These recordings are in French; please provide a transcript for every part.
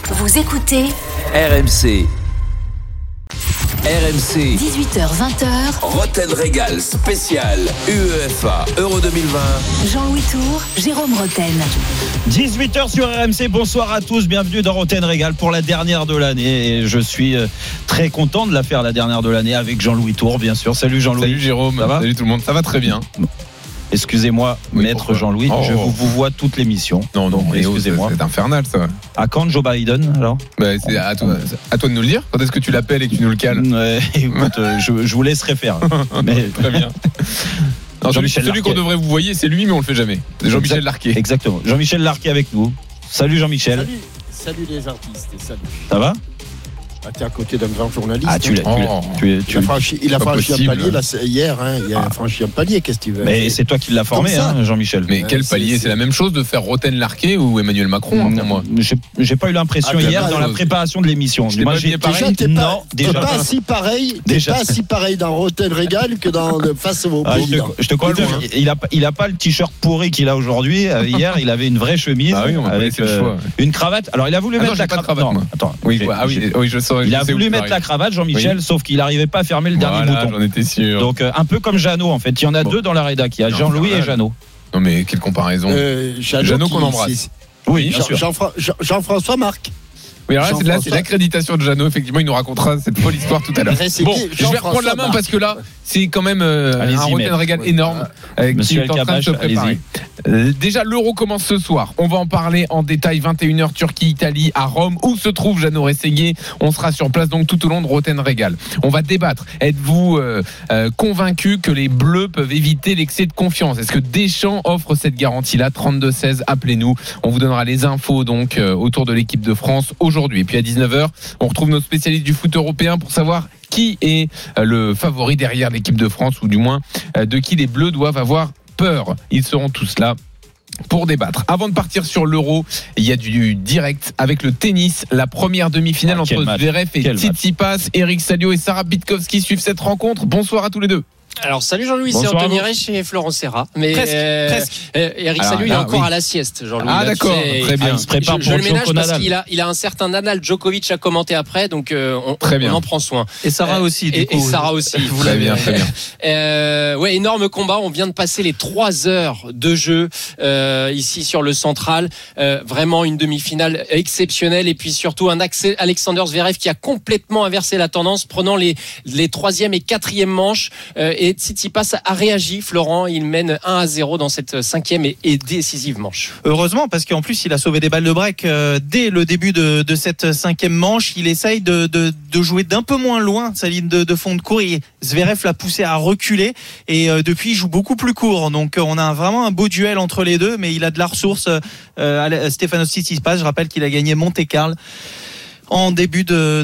Vous écoutez RMC. RMC 18h-20h Roten Régal spécial UEFA Euro 2020. Jean-Louis Tour, Jérôme Roten. 18h sur RMC, bonsoir à tous, bienvenue dans Roten Régal pour la dernière de l'année. Et je suis très content de la faire, la dernière de l'année, avec Jean-Louis Tour, bien sûr. Salut Jean-Louis. Salut Jérôme, ça va ? Salut tout le monde, ça va très bien. Excusez-moi, Oui, maître pourquoi ? Jean-Louis, je vous vois toute l'émission. Non, donc excusez-moi. c'est infernal ça. À quand Joe Biden alors ? C'est à toi de nous le dire. Quand est-ce que tu l'appelles et que tu nous le cales ? Écoute, je vous laisserai faire. Mais... Très bien. Non, celui qu'on devrait vous voyez, c'est lui, mais on le fait jamais. C'est Jean-Michel Larquet. Exactement. Jean-Michel Larquet avec nous. Salut Jean-Michel. Salut les artistes et salut. Ça va ? T'es à côté d'un grand journaliste. Ah, Il a franchi un palier là, hier. Il a franchi un palier, qu'est-ce que tu veux ? Mais c'est toi qui l'as formé, Jean-Michel. Mais quel palier ? C'est la même chose de faire Roten Larquet ou Emmanuel Macron pour moi. J'ai pas eu l'impression hier dans la préparation de l'émission. Je t'ai pas dit pareil. T'es pas si pareil dans Roten Régal que dans Face au président. Je te crois. Il a pas le t-shirt pourri qu'il a aujourd'hui. Hier, il avait une vraie chemise avec une cravate. Alors, il a voulu mettre la cravate. Attends. Oui, je sens. Il a voulu mettre la cravate, Jean-Michel, sauf qu'il n'arrivait pas à fermer le dernier bouton. J'en étais sûr. Donc, un peu comme Jeannot, en fait. Il y en a deux dans la rédac. Il y a Jean-Louis et Jeannot. Non, mais quelle comparaison. Jeannot qu'on embrasse. Oui, bien sûr. Jean-François Marc. Oui, alors là, c'est l'accréditation de Jeannot. Effectivement, il nous racontera cette folle histoire tout à l'heure. Bon, je vais reprendre la main parce que là, c'est quand même un Roten Régal énorme qui est en train de se préparer. Déjà, l'Euro commence ce soir. On va en parler en détail. 21h, Turquie-Italie à Rome, où se trouve Jeannot Rességuier. On sera sur place donc tout au long de Roten Régal. On va débattre. Êtes-vous convaincu que les Bleus peuvent éviter l'excès de confiance ? Est-ce que Deschamps offre cette garantie-là ? 32-16, appelez-nous. On vous donnera les infos donc autour de l'équipe de France aujourd'hui. Et puis à 19h, on retrouve nos spécialistes du foot européen pour savoir qui est le favori derrière l'équipe de France, ou du moins de qui les Bleus doivent avoir peur. Ils seront tous là pour débattre. Avant de partir sur l'Euro, il y a du direct avec le tennis. La première demi-finale entre Zverev et Tsitsipas. Eric Salio et Sarah Pitkowski suivent cette rencontre. Bonsoir à tous les deux. Alors salut Jean-Louis, c'est Anthony Reich et Florent Serra. Mais presque. Eric Salio, il est encore à la sieste, Jean-Louis. Ah d'accord, très bien. Il se prépare je pour le ménage parce Nadal. qu'il a un certain Nadal Djokovic à commenter après, donc on en prend soin. Et Sarah aussi. Et Sarah aussi. Vous l'avez bien, très bien. Ouais, énorme combat. On vient de passer les 3 heures de jeu ici sur le central. Vraiment une demi-finale exceptionnelle, et puis surtout un Alexander Zverev qui a complètement inversé la tendance, prenant les 3e et 4e manches. Et Tsitsipas a réagi, Florent. Il mène 1-0 dans cette 5e et décisive manche. Heureusement, parce qu'en plus il a sauvé des balles de break dès le début de cette 5e manche. Il essaye de jouer d'un peu moins loin sa ligne de fond de cours, et Zverev l'a poussé à reculer, et depuis il joue beaucoup plus court. Donc on a vraiment un beau duel entre les deux, mais il a de la ressource. Stefanos Tsitsipas, je rappelle qu'il a gagné Monte-Carlo en début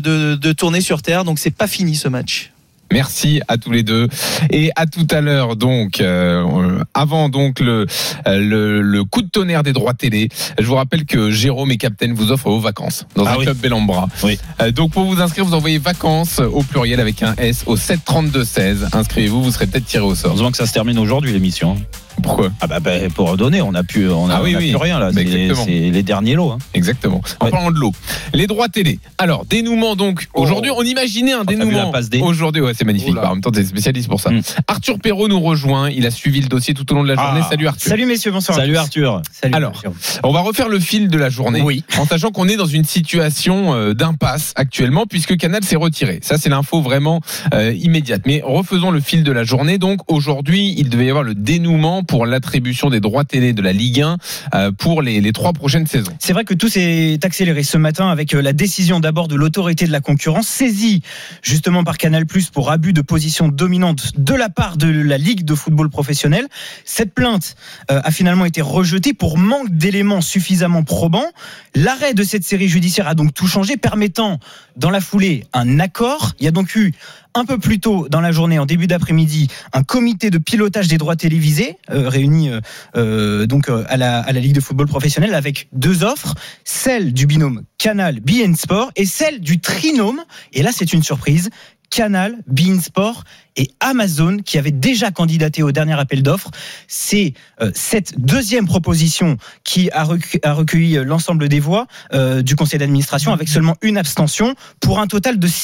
de tournée sur terre, donc c'est pas fini ce match. Merci à tous les deux, et à tout à l'heure. Donc avant donc le coup de tonnerre des droits télé, je vous rappelle que Jérôme et Captain vous offrent vos vacances dans un club Bellambra. Oui. Donc pour vous inscrire, vous envoyez vacances au pluriel avec un S au 732-16. Inscrivez-vous, vous serez peut-être tiré au sort. Heureusement que ça se termine aujourd'hui l'émission. Pourquoi ? Pour redonner, on n'a plus rien là. C'est les derniers lots. Exactement. En parlant de l'eau, les droits télé. Alors dénouement donc aujourd'hui. On imaginait un dénouement aujourd'hui. Ouais, c'est magnifique. En même temps, t'es spécialiste pour ça. Arthur Perrault nous rejoint. Il a suivi le dossier tout au long de la journée. Salut Arthur. Salut messieurs, bonsoir. Salut Arthur. Salut. Alors, on va refaire le fil de la journée. Oui. En sachant qu'on est dans une situation d'impasse actuellement, puisque Canal s'est retiré. Ça, c'est l'info vraiment immédiate. Mais refaisons le fil de la journée. Donc aujourd'hui, il devait y avoir le dénouement pour l'attribution des droits télé de la Ligue 1 pour les 3 prochaines saisons. C'est vrai que tout s'est accéléré ce matin avec la décision d'abord de l'autorité de la concurrence, saisie justement par Canal+ pour abus de position dominante de la part de la Ligue de football professionnel. Cette plainte a finalement été rejetée pour manque d'éléments suffisamment probants. L'arrêt de cette série judiciaire a donc tout changé, permettant dans la foulée un accord. Il y a donc eu un peu plus tôt dans la journée, en début d'après-midi, un comité de pilotage des droits télévisés réuni donc à la Ligue de football professionnel, avec 2 offres, celle du binôme Canal beIN Sport et celle du trinôme, et là c'est une surprise, Canal, beIN Sport et Amazon qui avaient déjà candidaté au dernier appel d'offres. C'est cette deuxième proposition qui a recueilli l'ensemble des voix du conseil d'administration avec seulement une abstention pour un total de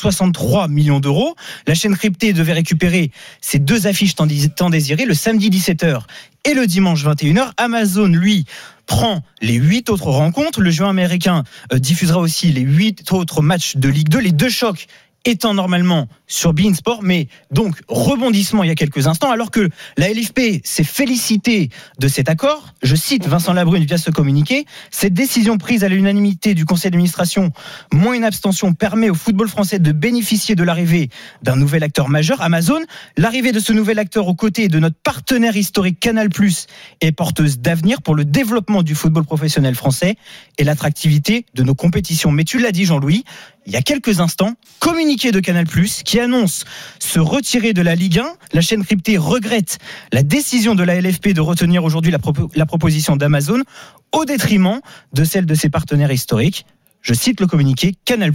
663 millions d'euros. La chaîne cryptée devait récupérer ces deux affiches tant désirées le samedi 17h et le dimanche 21h. Amazon, lui, prend les 8 autres rencontres. Le joueur américain diffusera aussi les 8 autres matchs de Ligue 2. Les deux chocs étant normalement sur beIN Sport, mais donc rebondissement il y a quelques instants, alors que la LFP s'est félicitée de cet accord. Je cite Vincent Labrune via ce communiqué: cette décision prise à l'unanimité du conseil d'administration, moins une abstention, permet au football français de bénéficier de l'arrivée d'un nouvel acteur majeur, Amazon. L'arrivée de ce nouvel acteur aux côtés de notre partenaire historique Canal+ est porteuse d'avenir pour le développement du football professionnel français et l'attractivité de nos compétitions. Mais tu l'as dit, Jean-Louis, il y a quelques instants, communiqué de Canal+, qui annonce se retirer de la Ligue 1. La chaîne cryptée regrette la décision de la LFP de retenir aujourd'hui la proposition d'Amazon au détriment de celle de ses partenaires historiques. Je cite le communiqué: Canal+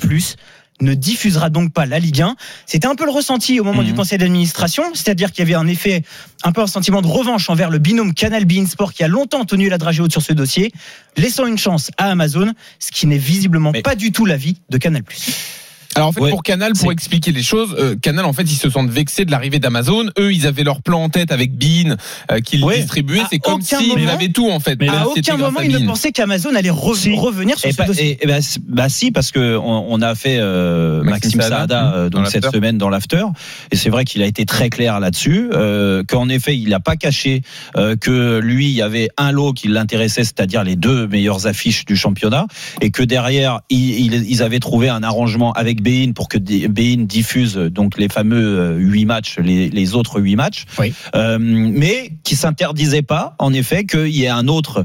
ne diffusera donc pas la Ligue 1. C'était un peu le ressenti au moment du conseil d'administration, c'est-à-dire qu'il y avait en effet un peu un sentiment de revanche envers le binôme Canal beIN Sport qui a longtemps tenu la dragée haute sur ce dossier, laissant une chance à Amazon, ce qui n'est visiblement pas du tout l'avis de Canal+. Alors en fait, pour Canal, pour expliquer les choses, Canal, en fait, ils se sentent vexés de l'arrivée d'Amazon. Eux, ils avaient leur plan en tête avec beIN qu'ils distribuaient. C'est comme s'ils avaient tout, en fait. Mais à aucun moment, ils ne pensaient qu'Amazon allait revenir sur ce dossier. Si, parce que on a fait Maxime Saada donc cette semaine dans l'after, et c'est vrai qu'il a été très clair là-dessus, qu'en effet, il n'a pas caché que lui, il y avait un lot qui l'intéressait, c'est-à-dire les deux meilleures affiches du championnat, et que derrière, ils avaient trouvé un arrangement avec beIN pour que beIN diffuse donc les fameux 8 matchs, les autres 8 matchs, mais qui s'interdisait pas en effet qu'il y ait un autre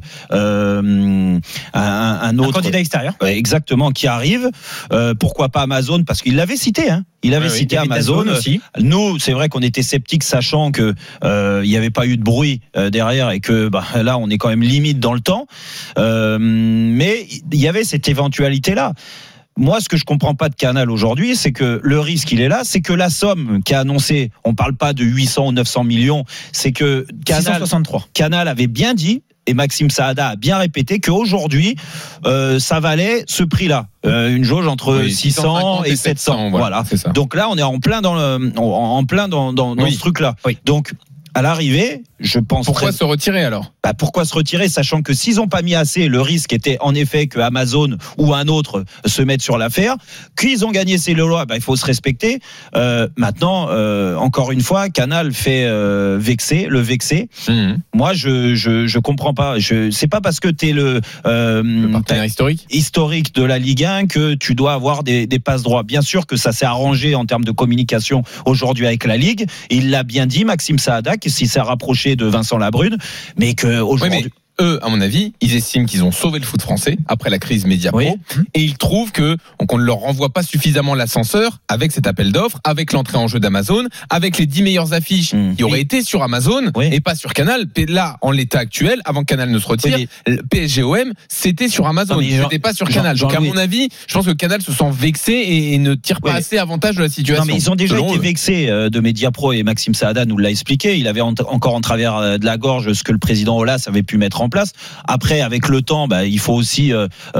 candidat extérieur, exactement, qui arrive. Pourquoi pas Amazon, parce qu'il l'avait cité, il avait cité Amazon aussi. Nous, c'est vrai qu'on était sceptiques, sachant que il n'y avait pas eu de bruit derrière et que là on est quand même limite dans le temps, mais il y avait cette éventualité là. Moi, ce que je comprends pas de Canal aujourd'hui, c'est que le risque, il est là, c'est que la somme qu'a annoncée, on parle pas de 800 ou 900 millions, c'est que Canal avait bien dit, et Maxime Saada a bien répété, qu'aujourd'hui, ça valait ce prix-là. Une jauge entre 600 et 700. Voilà. Donc là, on est en plein dans ce truc-là. Donc, à l'arrivée, je pense. Pourquoi se retirer alors ? Pourquoi se retirer, sachant que s'ils n'ont pas mis assez, le risque était en effet que Amazon ou un autre se mette sur l'affaire. Qu'ils ont gagné ces lois, il faut se respecter. Maintenant, encore une fois, Canal fait vexer. Moi, je comprends pas. C'est pas parce que t'es le partenaire historique de la Ligue 1 que tu dois avoir des passe droits. Bien sûr que ça s'est arrangé en termes de communication aujourd'hui avec la Ligue. Il l'a bien dit, Maxime Saada, que s'il s'est rapproché de Vincent Labrune, mais que aujourd'hui. Eux, à mon avis, ils estiment qu'ils ont sauvé le foot français après la crise Mediapro, et ils trouvent qu'on ne leur renvoie pas suffisamment l'ascenseur avec cet appel d'offres, avec l'entrée en jeu d'Amazon, avec les 10 meilleures affiches qui auraient été sur Amazon et pas sur Canal. Là, en l'état actuel, avant que Canal ne se retire, PSG-OM, c'était sur Amazon, c'était pas sur Canal. Donc à mon avis, je pense que Canal se sent vexé et ne tire pas assez avantage de la situation. Non, mais ils ont déjà été vexés de Mediapro, et Maxime Saada nous l'a expliqué. Il avait encore en travers de la gorge ce que le président Aulas avait pu mettre en place. Après, avec le temps, il faut aussi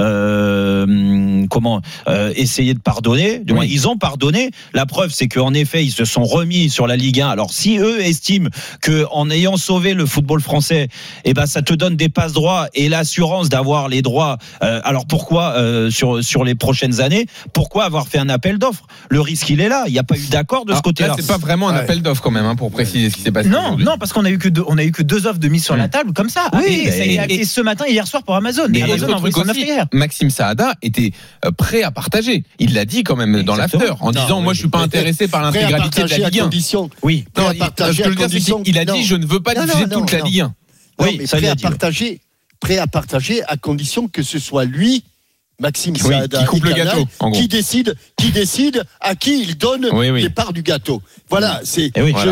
essayer de pardonner. Du moins, ils ont pardonné. La preuve, c'est qu'en effet, ils se sont remis sur la Ligue 1. Alors, si eux estiment qu'en ayant sauvé le football français, ça te donne des passes droits et l'assurance d'avoir les droits. Alors pourquoi sur les prochaines années, pourquoi avoir fait un appel d'offres ? Le risque, il est là. Il n'y a pas eu d'accord de ce côté-là. Là, c'est pas vraiment un appel d'offres quand même, pour préciser ce qui s'est passé. Non, parce qu'on a eu que deux offres de mise sur la table comme ça. Et ce matin, hier soir pour Amazon. Et Amazon a envoyé son offre hier. Maxime Saada était prêt à partager. Il l'a dit quand même dans l'after, en disant moi je suis pas intéressé par l'intégralité de la Ligue 1. Oui. Non, ce que je veux dire, c'est qu'il a dit je ne veux pas diffuser toute la Ligue 1. Oui, prêt à partager à condition que ce soit lui, Maxime Saada, qui coupe le gâteau, qui décide à qui il donne les parts du gâteau. Voilà, c'est.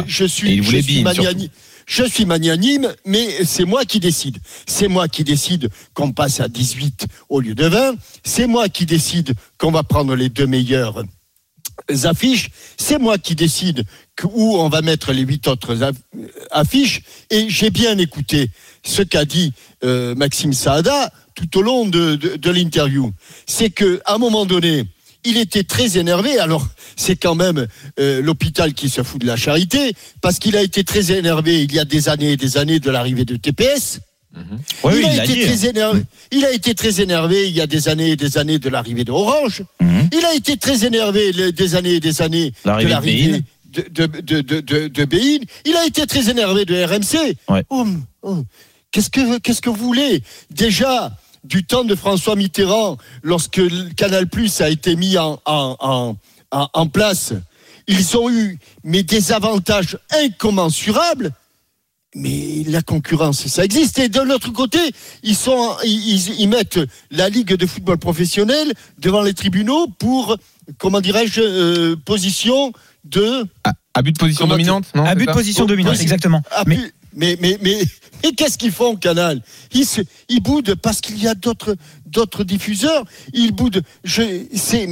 Je suis magnanime, mais c'est moi qui décide. C'est moi qui décide qu'on passe à 18 au lieu de 20. C'est moi qui décide qu'on va prendre les deux meilleurs affiches, c'est moi qui décide où on va mettre les 8 autres affiches. Et j'ai bien écouté ce qu'a dit Maxime Saada tout au long de l'interview. C'est qu'à un moment donné, il était très énervé. Alors, c'est quand même l'hôpital qui se fout de la charité, parce qu'il a été très énervé il y a des années et des années de l'arrivée de TPS. Oui, il a été très énervé il y a des années et des années de l'arrivée de Orange. Il a été très énervé des années et des années de l'arrivée de Bein. Il a été très énervé de RMC. Ouais. Qu'est-ce que vous voulez ? Déjà, du temps de François Mitterrand, lorsque Canal+ a été mis en place, ils ont eu des avantages incommensurables. Mais la concurrence, ça existe. Et de l'autre côté, ils mettent la Ligue de football professionnel devant les tribunaux pour, position de... Abus de position dominante, non ? Abus de position dominante, exactement. Mais qu'est-ce qu'ils font, Canal ? Ils boudent parce qu'il y a d'autres diffuseurs. Ils boudent. C'est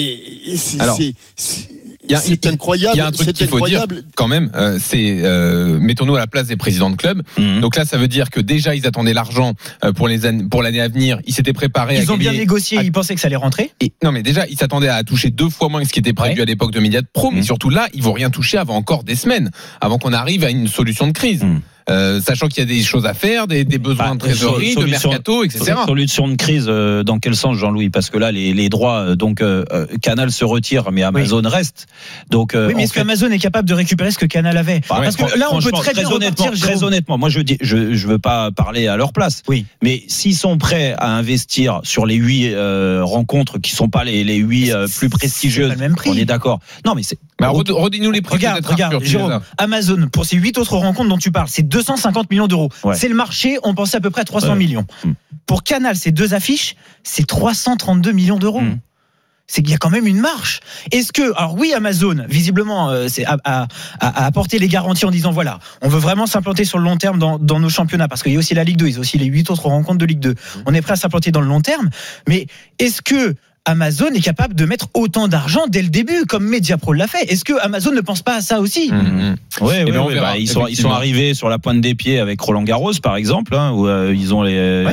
incroyable. Il y a un truc qu'il faut dire quand même, mettons-nous à la place des présidents de club. Donc là, ça veut dire que déjà ils attendaient l'argent pour l'année à venir. Ils s'étaient préparés. Ils ont bien négocié. Ils pensaient que ça allait rentrer. Non, mais déjà ils s'attendaient à toucher 2 fois moins que ce qui était prévu à l'époque de Mediapro. Mais surtout là, ils vont rien toucher avant encore des semaines, avant qu'on arrive à une solution de crise. Sachant qu'il y a des choses à faire, des besoins de trésorerie, de mercato, etc. Solution de crise, dans quel sens, Jean-Louis ? Parce que là, les droits, Canal se retire, mais Amazon reste. Donc, oui, mais est-ce qu'Amazon est capable de récupérer ce que Canal avait ? Parce que là, on peut très honnêtement, moi, je veux pas parler à leur place. Oui. Mais s'ils sont prêts à investir sur les 8 rencontres qui sont pas les 8 plus prestigieuses, c'est pas le même prix. On est d'accord. Non, mais c'est. Redis-nous les prix. Regarde, Jérôme, Amazon, pour ces 8 autres rencontres dont tu parles, c'est 250 millions d'euros. Ouais. C'est le marché, on pensait à peu près à 300 millions. Pour Canal, ces 2 affiches, c'est 332 millions d'euros. C'est qu'il y a quand même une marge. Est-ce que, alors oui, Amazon, visiblement, a apporté les garanties en disant voilà, on veut vraiment s'implanter sur le long terme dans nos championnats, parce qu'il y a aussi la Ligue 2, il y a aussi les 8 autres rencontres de Ligue 2. On est prêt à s'implanter dans le long terme, mais est-ce que Amazon est capable de mettre autant d'argent dès le début, comme Mediapro l'a fait? Est-ce que Amazon ne pense pas à ça aussi? Oui, ils sont arrivés sur la pointe des pieds avec Roland Garros, par exemple, où ils ont les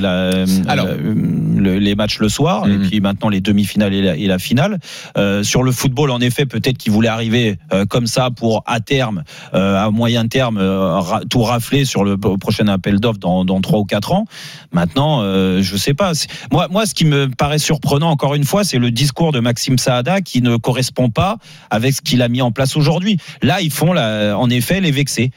matchs le soir, et puis maintenant les demi-finales et la finale. Sur le football, en effet, peut-être qu'ils voulaient arriver comme ça pour, à terme, à moyen terme, tout rafler sur le prochain appel d'offres dans 3 ou 4 ans. Maintenant, je sais pas. Moi, ce qui me paraît surprenant, encore une fois, c'est le discours de Maxime Saada qui ne correspond pas avec ce qu'il a mis en place aujourd'hui. Là, ils font en effet les vexés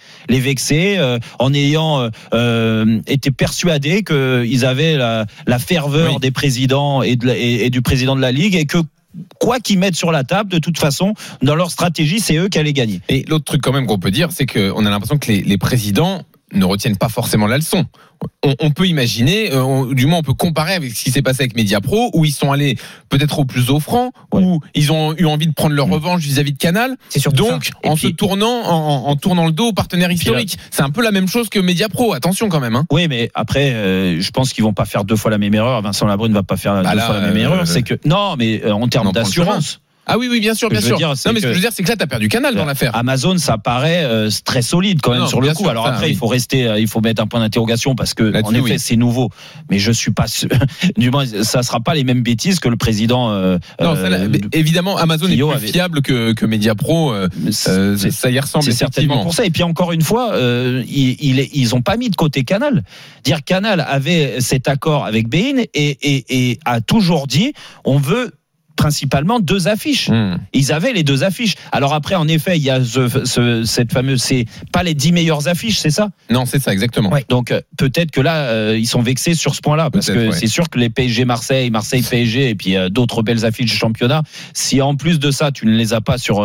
en ayant été persuadés qu'ils avaient la ferveur des présidents et du président de la Ligue, et que quoi qu'ils mettent sur la table, de toute façon, dans leur stratégie, c'est eux qui allaient gagner. Et l'autre truc quand même qu'on peut dire, c'est qu'on a l'impression que les présidents ne retiennent pas forcément la leçon. On peut imaginer, du moins on peut comparer avec ce qui s'est passé avec Mediapro, où ils sont allés peut-être au plus offrant, où ils ont eu envie de prendre leur revanche vis-à-vis de Canal. Donc en tournant le dos aux partenaires historiques. C'est un peu la même chose que Mediapro, attention quand même. Oui, mais après, je pense qu'ils vont pas faire 2 fois la même erreur. Vincent Labrune ne va pas faire 2 fois la même erreur. C'est que non, mais en termes d'assurance. Ah oui, bien sûr. Non, mais ce que je veux dire, c'est que là, t'as perdu Canal dans l'affaire. Amazon, ça paraît très solide quand même sur le coup. Sûr, alors après, il faut mettre un point d'interrogation parce que, en effet, c'est nouveau. Mais je suis pas sûr. Du moins, ça sera pas les mêmes bêtises que le président. Évidemment, Amazon est plus fiable que Mediapro. Ça y ressemble. C'est certainement pour ça. Et puis encore une fois, ils ont pas mis de côté Canal. Dire Canal avait cet accord avec Bein et a toujours dit, on veut principalement 2 affiches. Ils avaient les 2 affiches. Alors après, en effet, il y a cette fameuse, c'est pas les 10 meilleures affiches, c'est ça? Non, c'est ça, exactement. Ouais. Donc peut-être que là, ils sont vexés sur ce point-là, parce que c'est sûr que les PSG Marseille PSG, et puis d'autres belles affiches du championnat, si en plus de ça, tu ne les as pas sur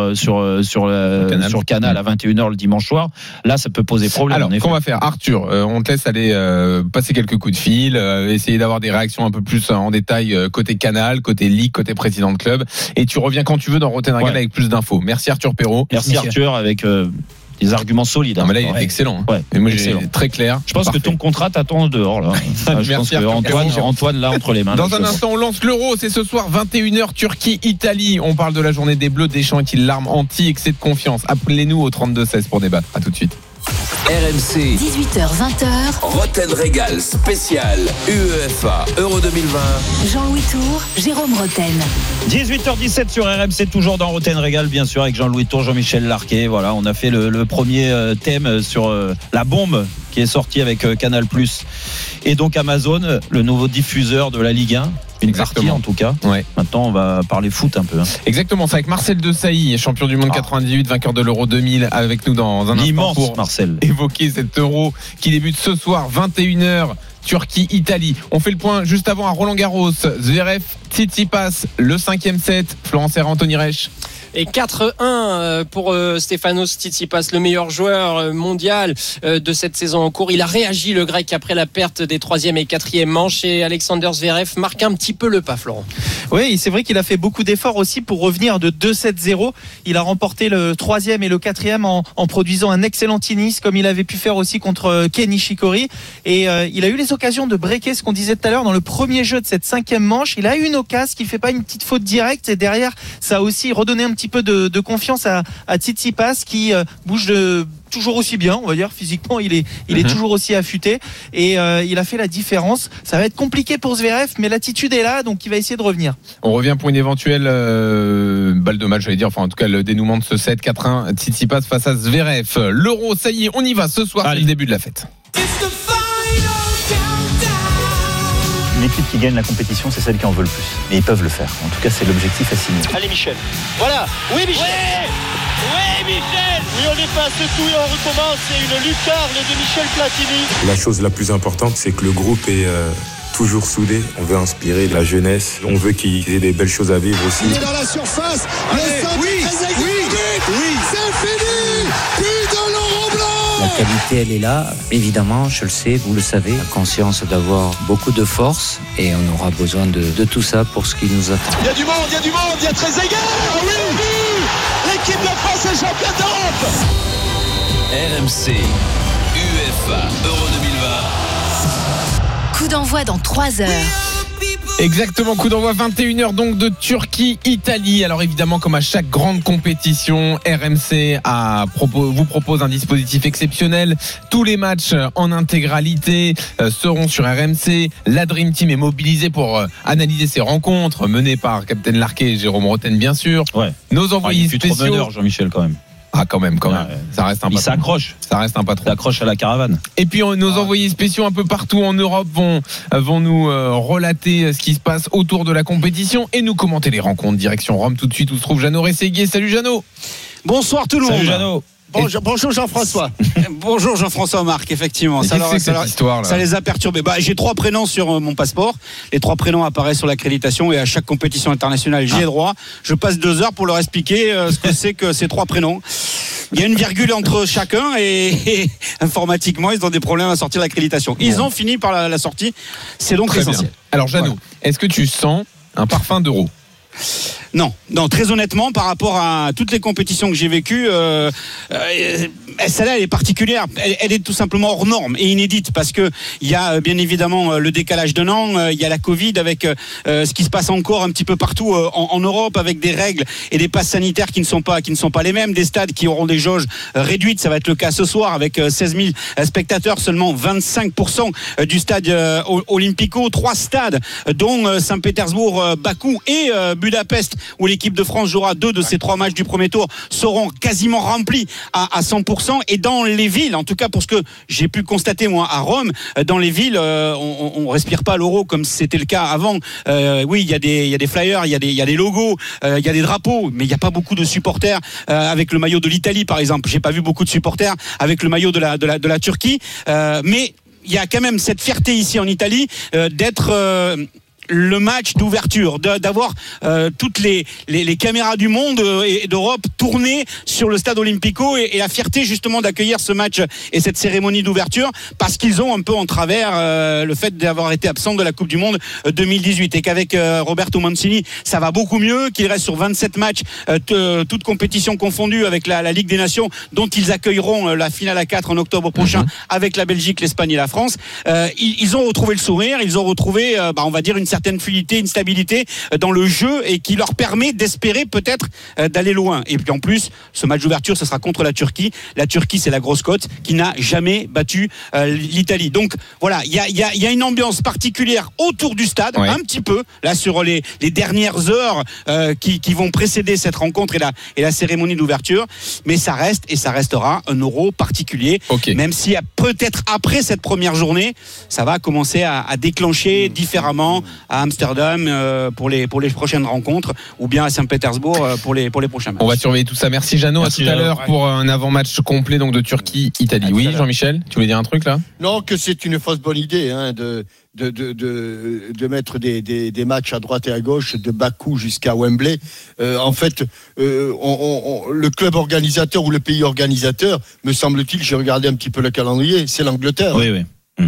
Canal à 21h le dimanche soir, là, ça peut poser problème. Alors, qu'on va faire, Arthur, on te laisse aller passer quelques coups de fil, essayer d'avoir des réactions un peu plus en détail côté Canal, côté Ligue, côté président de club, et tu reviens quand tu veux dans Rotten Régal avec plus d'infos. Merci Arthur Perrault. Merci Arthur, avec des arguments solides. Non, mais là, il est excellent. Ouais, et moi, j'ai très clair. Je pense que ton contrat t'attend dehors. Là. Je pense que Antoine l'a entre les mains. Dans un instant, on lance l'Euro. C'est ce soir, 21h, Turquie-Italie. On parle de la journée des Bleus. Deschamps est-il l'arme anti-excès de confiance? Appelez-nous au 32-16 pour débattre. À tout de suite. RMC 18h-20h Roten Régal spécial UEFA Euro 2020. Jean-Louis Tour, Jérôme Roten. 18h17 sur RMC, toujours dans Roten Régal, bien sûr, avec Jean-Louis Tour, Jean-Michel Larquet. Voilà, on a fait le premier thème sur la bombe qui est sortie avec Canal+. Et donc Amazon, le nouveau diffuseur de la Ligue 1. Une partie en tout cas. Ouais. Maintenant, on va parler foot un peu. Exactement, c'est avec Marcel Desailly, champion du monde 98, vainqueur de l'Euro 2000, avec nous dans un instant pour Marcel. évoquer cet Euro qui débute ce soir, 21h. Turquie-Italie. On fait le point juste avant à Roland-Garros. Zverev, Tsitsipas, le 5e set. Florence Serra, Anthony Reich. Et 4-1 pour Stefanos Tsitsipas, le meilleur joueur mondial de cette saison en cours. Il a réagi, le Grec, après la perte des 3e et 4e manches. Et Alexander Zverev marque un petit peu le pas, Florent. Oui, c'est vrai qu'il a fait beaucoup d'efforts aussi pour revenir de 2-7-0. Il a remporté le 3e et le 4e en produisant un excellent tennis, comme il avait pu faire aussi contre Ken Nishikori. Et il a eu les occasions de breaker, ce qu'on disait tout à l'heure, dans le premier jeu de cette 5e manche. Il a eu une occasion qui ne fait pas une petite faute directe. Et derrière, ça a aussi redonné un petit peu de confiance à Tsitsipas qui bouge toujours aussi bien, on va dire, physiquement il est toujours aussi affûté et il a fait la différence. Ça va être compliqué pour Zverev, mais l'attitude est là, donc il va essayer de revenir. On revient pour une éventuelle balle de match, j'allais dire, enfin en tout cas le dénouement de ce 7-4-1 Tsitsipas face à Zverev. L'Euro, ça y est, on y va ce soir, c'est le début de la fête. Une équipe qui gagne la compétition, c'est celle qui en veut le plus. Et ils peuvent le faire. En tout cas, c'est l'objectif à signer. Allez Michel. Voilà. Oui Michel. Oui Michel. Oui, on efface tout et on recommence. C'est une lucarne de Michel Platini. La chose la plus importante, c'est que le groupe est toujours soudé. On veut inspirer la jeunesse. On veut qu'ils aient des belles choses à vivre aussi. Il est dans la surface. Le centre très exécuté. Oui. C'est fini. But de Laurent Blanc. La qualité, elle est là. Évidemment, je le sais, vous le savez. La conscience d'avoir beaucoup de force et on aura besoin de tout ça pour ce qui nous attend. Il y a du monde, il y a Trezeguet. Ah oui. L'équipe de France est championne d'Europe. RMC UEFA Euro 2020. Coup d'envoi dans 3 heures. Exactement, coup d'envoi 21h donc de Turquie-Italie. Alors évidemment, comme à chaque grande compétition, RMC vous propose un dispositif exceptionnel. Tous les matchs en intégralité seront sur RMC. La Dream Team est mobilisée pour analyser ces rencontres, menées par Captain Larquet et Jérôme Roten bien sûr. Ouais. Nos envoyés spéciaux. Trop meneur, Jean-Michel quand même. Ah quand même. Ouais. Ça reste un patron. Il s'accroche. Ça reste un patron. Il s'accroche à la caravane. Et puis nos envoyés spéciaux un peu partout en Europe vont nous relater ce qui se passe autour de la compétition et nous commenter les rencontres. Direction Rome tout de suite où se trouve Jeannot Rességuier. Salut Jeannot. Bonsoir tout le monde. Salut Jeannot. Bonjour Jean-François. Bonjour Jean-François Marc, effectivement. Ça les a perturbés. J'ai 3 prénoms sur mon passeport. Les 3 prénoms apparaissent sur l'accréditation et à chaque compétition internationale, j'y ai droit. Je passe 2 heures pour leur expliquer ce que c'est que ces 3 prénoms. Il y a une virgule entre chacun et informatiquement, ils ont des problèmes à sortir l'accréditation. Ils ont fini par la sortie. C'est donc très essentiel. Bien. Alors Jeannot, est-ce que tu sens un parfum d'Euro ? Non, très honnêtement, par rapport à toutes les compétitions que j'ai vécues, celle-là, elle est particulière. Elle est tout simplement hors norme et inédite parce que il y a bien évidemment le décalage d'un an, il y a la Covid avec ce qui se passe encore un petit peu partout en Europe avec des règles et des passes sanitaires qui ne sont pas les mêmes, des stades qui auront des jauges réduites. Ça va être le cas ce soir avec 16 000 spectateurs, seulement 25% du stade Olympico. 3 stades, dont Saint-Pétersbourg, Bakou et Budapest, où l'équipe de France jouera 2 de ces 3 matchs du premier tour, seront quasiment remplis à 100%. Et dans les villes, en tout cas pour ce que j'ai pu constater moi à Rome, dans les villes, on respire pas l'Euro comme c'était le cas avant. Oui, il y a des flyers, il y a des logos, il y a des drapeaux, mais il n'y a pas beaucoup de supporters avec le maillot de l'Italie par exemple. J'ai pas vu beaucoup de supporters avec le maillot de la Turquie, mais il y a quand même cette fierté ici en Italie d'être le match d'ouverture, d'avoir toutes les caméras du monde et d'Europe tournées sur le stade Olympico et la fierté justement d'accueillir ce match et cette cérémonie d'ouverture, parce qu'ils ont un peu en travers le fait d'avoir été absent de la Coupe du Monde 2018 et qu'avec Roberto Mancini ça va beaucoup mieux, qu'il reste sur 27 matchs toutes compétitions confondues avec la Ligue des Nations, dont ils accueilleront la finale à 4 en octobre prochain avec la Belgique, l'Espagne et la France. Ils ont retrouvé le sourire, ils ont retrouvé on va dire une certaine fluidité, une stabilité dans le jeu, et qui leur permet d'espérer peut-être d'aller loin. Et puis en plus, ce match d'ouverture, ce sera contre la Turquie. La Turquie, c'est la grosse cote qui n'a jamais battu l'Italie. Donc voilà, il y a une ambiance particulière autour du stade, un petit peu là sur les dernières heures qui vont précéder cette rencontre et la cérémonie d'ouverture. Mais ça reste et ça restera un Euro particulier. Même si peut-être après cette première journée, ça va commencer à déclencher différemment à Amsterdam pour les prochaines rencontres, ou bien à Saint-Pétersbourg pour les prochains matchs. On va surveiller tout ça. Merci Jeannot. À tout à l'heure pour un avant-match complet donc de Turquie-Italie. Oui, Jean-Michel, tu voulais dire un truc là ? Non, que c'est une fausse bonne idée de mettre des matchs à droite et à gauche, de Bakou jusqu'à Wembley. En fait, le club organisateur ou le pays organisateur, me semble-t-il, j'ai regardé un petit peu le calendrier, c'est l'Angleterre. Oui.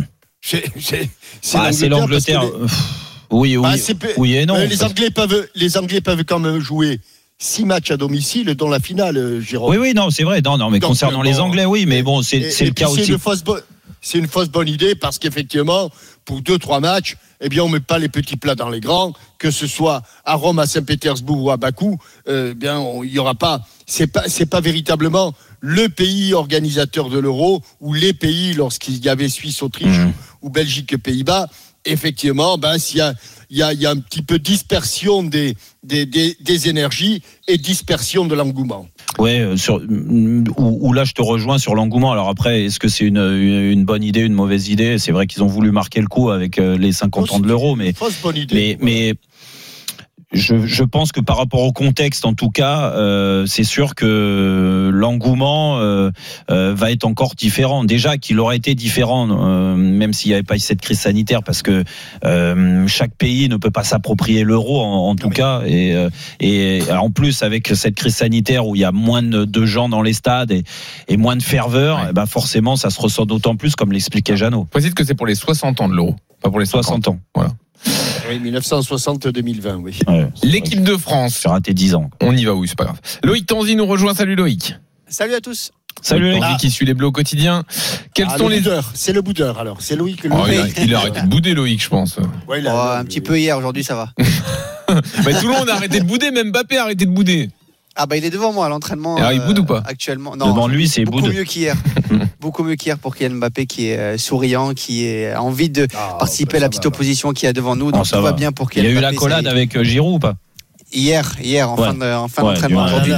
C'est l'Angleterre. Oui et non. Les Anglais peuvent quand même jouer 6 matchs à domicile, dont la finale, Jérôme. Oui, non, c'est vrai. Non, mais donc, concernant les Anglais, oui, mais bon, c'est le cas aussi. C'est une fausse bonne idée, parce qu'effectivement, pour 2-3 matchs, on met pas les petits plats dans les grands, que ce soit à Rome, à Saint-Pétersbourg ou à Bakou, il y aura pas. C'est pas véritablement le pays organisateur de l'Euro, ou les pays, lorsqu'il y avait Suisse, Autriche ou Belgique, Pays-Bas. Effectivement, s'il y a un petit peu dispersion des énergies et dispersion de l'engouement. Ouais, où là je te rejoins sur l'engouement. Alors après, est-ce que c'est une bonne idée, une mauvaise idée ? C'est vrai qu'ils ont voulu marquer le coup avec les 50 ans de l'Euro, mais fausse bonne idée. Mais je pense que par rapport au contexte, en tout cas, c'est sûr que l'engouement va être encore différent. Déjà qu'il aurait été différent, même s'il n'y avait pas eu cette crise sanitaire, parce que chaque pays ne peut pas s'approprier l'euro, en tout cas. Et en plus, avec cette crise sanitaire où il y a moins de gens dans les stades et moins de ferveur, forcément, ça se ressent d'autant plus, comme l'expliquait Jeannot. Précise que c'est pour les 60 ans de l'euro, pas pour les 60 ans. Voilà. Oui, 1960-2020, oui. L'équipe de France. J'ai raté 10 ans. On y va, oui, c'est pas grave. Loïc Tanzi nous rejoint. Salut Loïc. Salut à tous. Salut Loïc qui suit les Bleus au quotidien. Quels sont les boudeurs ? C'est le boudeur alors. C'est Loïc. Il a arrêté de bouder Loïc, je pense. Ouais, un petit peu hier, aujourd'hui ça va. Mais tout le monde a arrêté de bouder, même Mbappé a arrêté de bouder. Il est devant moi à l'entraînement. Alors il boude ou pas ? Actuellement, non. Devant lui, c'est beaucoup mieux qu'hier. Beaucoup mieux qu'hier pour Kylian Mbappé, qui est souriant, qui a envie de participer à la petite opposition qu'il y a devant nous. Donc tout va bien pour Kylian Mbappé. Il y a eu l'accolade avec Giroud ou pas ? Hier, en fin d'entraînement aujourd'hui.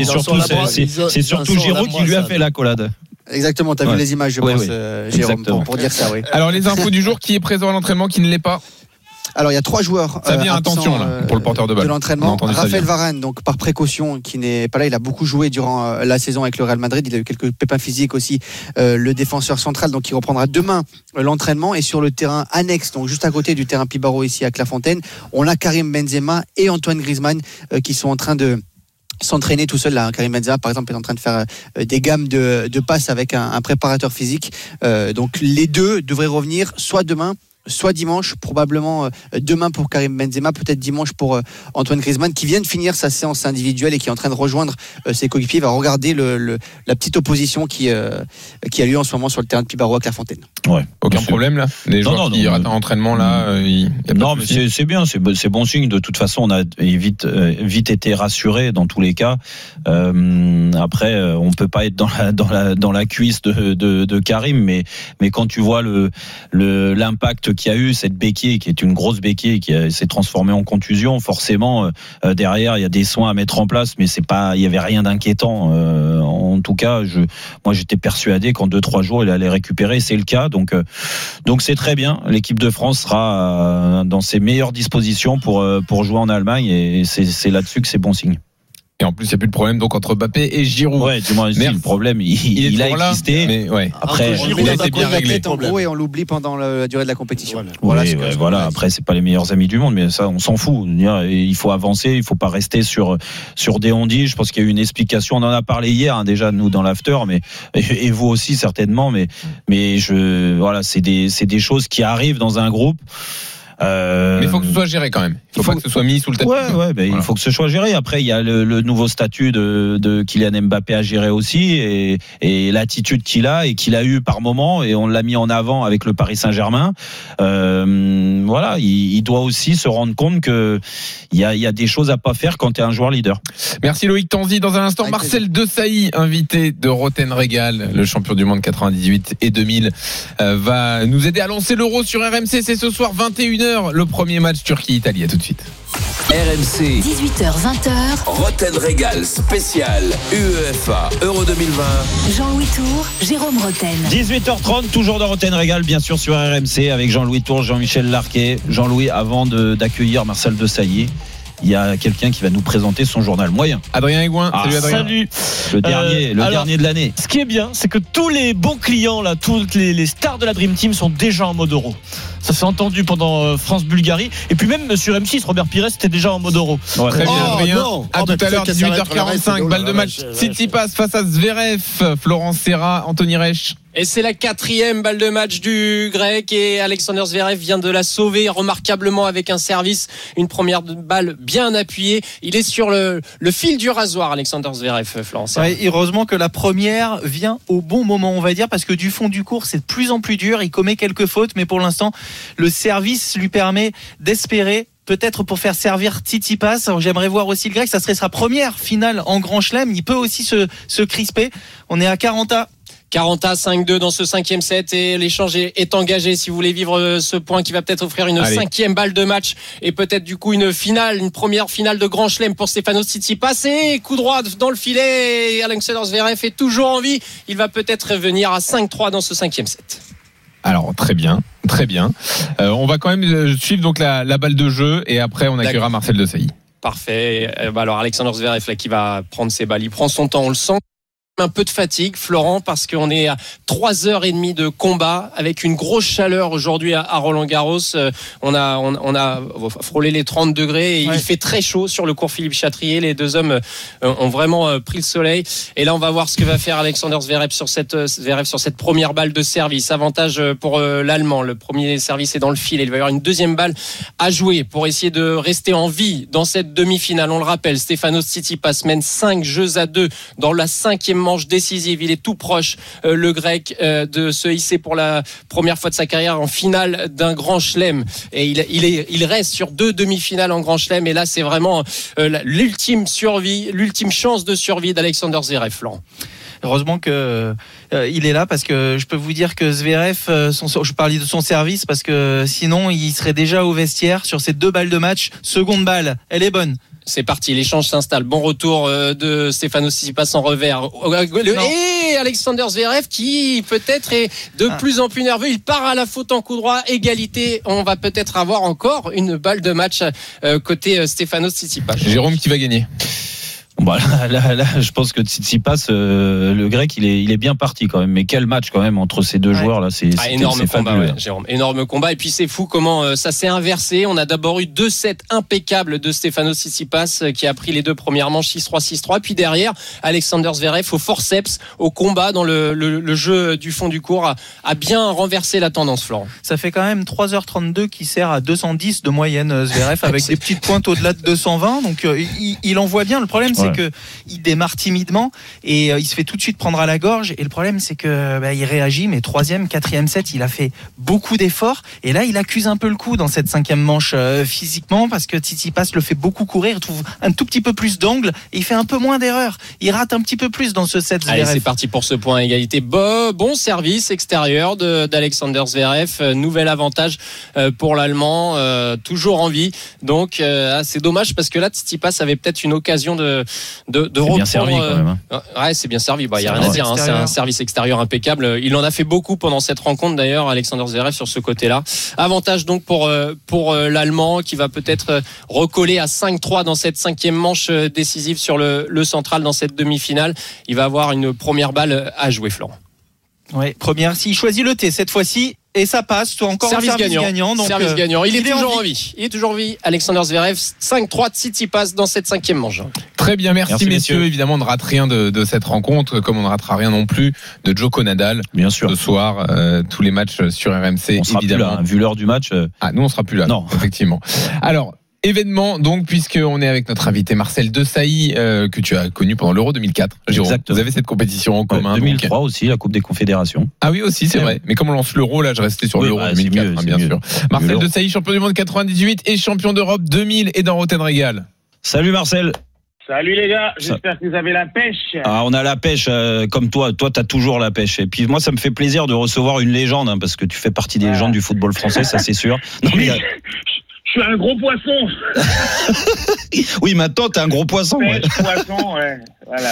C'est surtout Giroud qui lui a fait l'accolade. Exactement, tu as vu les images, je pense, Jérôme, pour dire ça. Oui. Alors les infos du jour, qui est présent à l'entraînement, qui ne l'est pas ? Alors il y a 3 joueurs attention là, pour le porteur de balle de l'entraînement. Raphaël Varane, donc par précaution, qui n'est pas là, il a beaucoup joué durant la saison avec le Real Madrid, il a eu quelques pépins physiques aussi, le défenseur central, donc il reprendra demain l'entraînement. Et sur le terrain annexe, donc juste à côté du terrain Pibaro ici à Clairefontaine, on a Karim Benzema et Antoine Griezmann qui sont en train de s'entraîner tout seul là. Karim Benzema par exemple est en train de faire des gammes de passes avec un préparateur physique, donc les deux devraient revenir soit demain soit dimanche, probablement demain pour Karim Benzema, peut-être dimanche pour Antoine Griezmann, qui vient de finir sa séance individuelle et qui est en train de rejoindre ses coéquipiers. Il va regarder la petite opposition qui a lieu en ce moment sur le terrain de Pibaro à Clairefontaine. Aucun problème là. Les joueurs qui ratent un entraînement là, non, mais c'est bien, c'est bon signe. De toute façon, on a vite été rassurés dans tous les cas. Après, on peut pas être dans la cuisse de Karim, mais quand tu vois l'impact qu'il y a eu, cette béquille qui est une grosse béquille qui s'est transformée en contusion, forcément derrière il y a des soins à mettre en place, mais il y avait rien d'inquiétant. En tout cas, moi j'étais persuadé qu'en 2-3 jours il allait récupérer, c'est le cas, donc c'est très bien. L'équipe de France sera dans ses meilleures dispositions pour jouer en Allemagne, et c'est là-dessus que c'est bon signe. Et en plus, il n'y a plus de problème donc entre Mbappé et Giroud. Ouais, du moins, le problème, il a existé. Mais ouais. Après, Giroud, il a été bien réglé. En gros, et on l'oublie pendant la durée de la compétition. Voilà. Après, c'est pas les meilleurs amis du monde, mais ça, on s'en fout. Il faut avancer, il faut pas rester sur des on-dit. Je pense qu'il y a eu une explication. On en a parlé hier, déjà, nous, dans l'after, et vous aussi, certainement. Mais voilà, c'est des choses qui arrivent dans un groupe. Mais il faut que ce soit géré quand même. Il faut pas que ce soit mis sous le tapis. Voilà. Il faut que ce soit géré. Après, il y a le nouveau statut de Kylian Mbappé à gérer aussi, et l'attitude qu'il a et qu'il a eu par moment, et on l'a mis en avant avec le Paris Saint-Germain. Voilà, il doit aussi se rendre compte que il y a des choses à pas faire quand tu es un joueur leader. Merci Loïc Tanzi. Dans un instant, Marcel Desailly, invité de Roten Régal, le champion du monde 98 et 2000, va nous aider à lancer l'Euro sur RMC. C'est ce soir 21h. Le premier match Turquie-Italie. À tout de suite. RMC 18h-20h Roten Régal spécial UEFA Euro 2020. Jean-Louis Tour, Jérôme Roten. 18h30, toujours dans Roten Régal, bien sûr sur RMC, avec Jean-Louis Tour, Jean-Michel Larquet. Jean-Louis, avant d'accueillir Marcel Desailly, il y a quelqu'un qui va nous présenter son journal moyen. Adrien Aigouin. Salut Adrien. Salut. Le dernier de l'année. Ce qui est bien, c'est que tous les bons clients, là, toutes les stars de la Dream Team sont déjà en mode Euro. Ça s'est entendu pendant France-Bulgarie. Et puis même sur M6, Robert Pires était déjà en mode Euro. Ouais. Très bien, Adrien. À tout à l'heure, 18h45, balle de match. Tsitsipas face à Zverev. Florence Serra, Anthony Reich. Et c'est la 4e balle de match du Grec, et Alexander Zverev vient de la sauver remarquablement avec un service, une première balle bien appuyée. Il est sur le fil du rasoir, Alexander Zverev, Florence. Ouais, heureusement que la première vient au bon moment, on va dire, parce que du fond du court, c'est de plus en plus dur. Il commet quelques fautes, mais pour l'instant, le service lui permet d'espérer, peut-être pour faire servir Tsitsipas. Alors, j'aimerais voir aussi le Grec, ça serait sa première finale en Grand Chelem. Il peut aussi se crisper. On est à 40 5-2 dans ce 5e set, et l'échange est engagé. Si vous voulez vivre ce point qui va peut-être offrir une 5e balle de match et peut-être du coup une première finale de Grand Chelem pour Stefanos Tsitsipas, et coup droit dans le filet, Alexander Zverev est toujours en vie. Il va peut-être revenir à 5-3 dans ce 5e set. Alors très bien. On va quand même suivre donc la balle de jeu, et après on accueillera Marcel Desailly. Parfait. Alors Alexander Zverev là qui va prendre ses balles, il prend son temps, on le sent. Un peu de fatigue, Florent, parce qu'on est à 3h30 de combat avec une grosse chaleur aujourd'hui à Roland-Garros. On a frôlé les 30 degrés et il fait très chaud sur le court Philippe Chatrier. Les deux hommes ont vraiment pris le soleil. Et là, on va voir ce que va faire Alexander Zverev sur cette première balle de service. Avantage pour l'Allemand. Le premier service est dans le fil. Il va y avoir une deuxième balle à jouer pour essayer de rester en vie dans cette demi-finale. On le rappelle, Stefanos Tsitsipas mène 5-2 dans la 5e manche décisive. Il est tout proche, le Grec, de se hisser pour la première fois de sa carrière en finale d'un Grand Chelem. Et il reste sur 2 demi-finales en Grand Chelem. Et là, c'est vraiment l'ultime chance de survie d'Alexander Zverev. Heureusement que il est là, parce que je peux vous dire que Zverev, je parlais de son service, parce que sinon il serait déjà au vestiaire sur ces 2 balles de match. Seconde balle, elle est bonne. C'est parti, l'échange s'installe. Bon retour de Stefanos Tsitsipas en revers. Et Alexander Zverev qui peut-être est de plus en plus nerveux. Il part à la faute en coup droit. Égalité. On va peut-être avoir encore une balle de match côté Stefanos Tsitsipas. Jérôme, qui va gagner? Bah là, je pense que Tsitsipas, le Grec, il est bien parti quand même. Mais quel match quand même entre ces deux joueurs là, c'est énorme combat, fabuleux. Jérôme. Énorme combat. Et puis c'est fou comment ça s'est inversé. On a d'abord eu 2 sets impeccables de Stefanos Tsitsipas qui a pris les 2 premières manches 6-3, 6-3. Puis derrière, Alexander Zverev au forceps, au combat dans le jeu du fond du court a bien renversé la tendance, Florent. Ça fait quand même 3h32 qui sert à 210 de moyenne Zverev avec des petites pointes au-delà de 220. Donc il envoie bien. Le problème, c'est que il démarre timidement et il se fait tout de suite prendre à la gorge, et le problème c'est que il réagit, mais 3e, 4e set il a fait beaucoup d'efforts, et là il accuse un peu le coup dans cette 5e manche physiquement, parce que Tsitsipas le fait beaucoup courir, il trouve un tout petit peu plus d'angle et il fait un peu moins d'erreurs, il rate un petit peu plus dans ce set. Allez, c'est parti pour ce point à égalité. Bon service extérieur d'Alexander Zverev, nouvel avantage pour l'Allemand, toujours en vie. Donc c'est dommage, parce que là Tsitsipas avait peut-être une occasion de reprendre. Bien servi quand même. Ouais, c'est bien servi. Il y a rien à dire. C'est un service extérieur impeccable. Il en a fait beaucoup pendant cette rencontre d'ailleurs, Alexander Zverev sur ce côté-là. Avantage donc pour l'Allemand qui va peut-être recoller à 5-3 dans cette 5e manche décisive sur le central dans cette demi-finale. Il va avoir une première balle à jouer, Florent. Oui, première. S'il choisit le T cette fois-ci et ça passe, encore service un service gagnant. Donc service gagnant. Il est toujours en vie. Il est toujours en vie. Alexander Zverev, 5-3 de Tsitsipas dans cette 5e manche. Très bien, merci messieurs. Évidemment, on ne rate rien de cette rencontre, comme on ne ratera rien non plus de Djoko Nadal. Bien sûr. Ce soir, tous les matchs sur RMC. On sera évidemment. Plus là, vu l'heure du match. Nous on sera plus là. Non, effectivement. Alors. Événement, donc, puisqu'on est avec notre invité Marcel Desailly, que tu as connu pendant l'Euro 2004. Jérôme, vous avez cette compétition en commun. 2003 donc. Aussi, la Coupe des Confédérations. Ah oui, aussi, c'est vrai. Mais comme on lance l'Euro, là, je restais sur l'Euro 2004, bien sûr. Marcel Desailly, champion du monde 98 et champion d'Europe 2000 et dans Rotten Régal. Salut Marcel. Salut les gars, j'espère que vous avez la pêche. On a la pêche, comme toi. Toi, tu as toujours la pêche. Et puis moi, ça me fait plaisir de recevoir une légende, parce que tu fais partie des légendes du football français, ça c'est sûr. Non, mais, je suis un gros poisson. Oui, maintenant, t'es un gros poisson. Poisson, ouais. Voilà.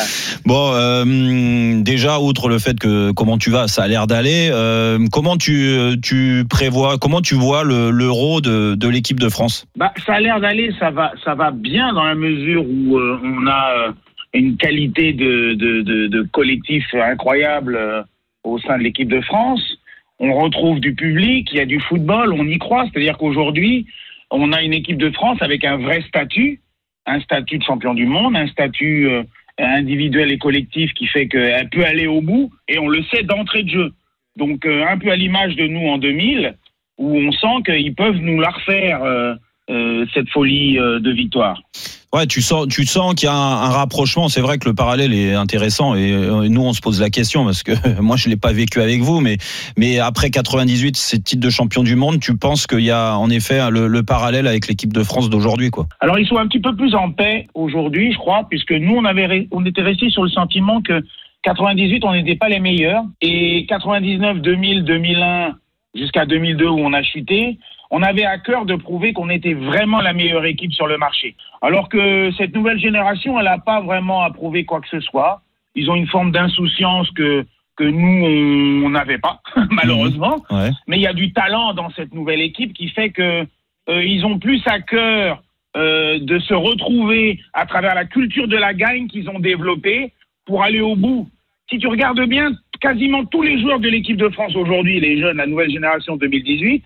Bon, déjà, outre le fait que comment tu vas, ça a l'air d'aller. Comment tu prévois, comment tu vois l'Euro de l'équipe de France ? Ça a l'air d'aller, ça va bien dans la mesure où on a une qualité de collectif incroyable au sein de l'équipe de France. On retrouve du public, il y a du football, on y croit. C'est-à-dire qu'aujourd'hui, on a une équipe de France avec un vrai statut, un statut de champion du monde, un statut individuel et collectif qui fait qu'elle peut aller au bout, et on le sait d'entrée de jeu. Donc un peu à l'image de nous en 2000, où on sent qu'ils peuvent nous la refaire, cette folie de victoire. Ouais, tu sens qu'il y a un rapprochement. C'est vrai que le parallèle est intéressant et nous on se pose la question parce que moi je l'ai pas vécu avec vous, mais après 98, ces titres de champion du monde, tu penses qu'il y a en effet le parallèle avec l'équipe de France d'aujourd'hui, quoi. Alors ils sont un petit peu plus en paix aujourd'hui, je crois, puisque nous on était restés sur le sentiment que 98 on n'était pas les meilleurs et 99, 2000, 2001 jusqu'à 2002 où on a chuté. On avait à cœur de prouver qu'on était vraiment la meilleure équipe sur le marché. Alors que cette nouvelle génération, elle n'a pas vraiment à prouver quoi que ce soit. Ils ont une forme d'insouciance que nous, on n'avait pas, malheureusement. Ouais. Mais il y a du talent dans cette nouvelle équipe qui fait que ils ont plus à cœur de se retrouver à travers la culture de la gagne qu'ils ont développée pour aller au bout. Si tu regardes bien, quasiment tous les joueurs de l'équipe de France aujourd'hui, les jeunes, la nouvelle génération 2018,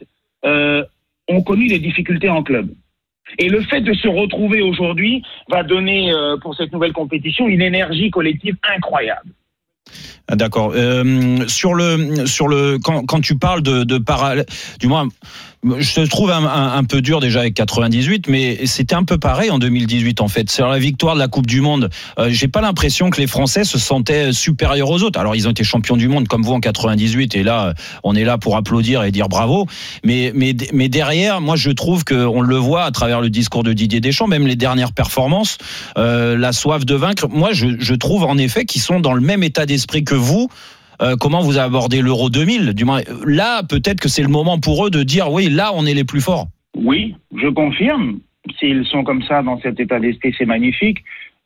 ont connu des difficultés en club. Et le fait de se retrouver aujourd'hui va donner pour cette nouvelle compétition une énergie collective incroyable. D'accord. Sur le quand tu parles de parallèle, du moins je te trouve un peu dur déjà avec 98, mais c'était un peu pareil en 2018 en fait. Sur la victoire de la Coupe du Monde, j'ai pas l'impression que les Français se sentaient supérieurs aux autres. Alors ils ont été champions du monde comme vous en 98 et là on est là pour applaudir et dire bravo. Mais derrière, moi je trouve que on le voit à travers le discours de Didier Deschamps, même les dernières performances, la soif de vaincre. Moi je trouve en effet qu'ils sont dans le même état d'esprit que vous. Comment vous abordez l'Euro 2000 ? Du moins, là, peut-être que c'est le moment pour eux de dire oui, là, on est les plus forts. Oui, je confirme. S'ils sont comme ça dans cet état d'esprit, c'est magnifique.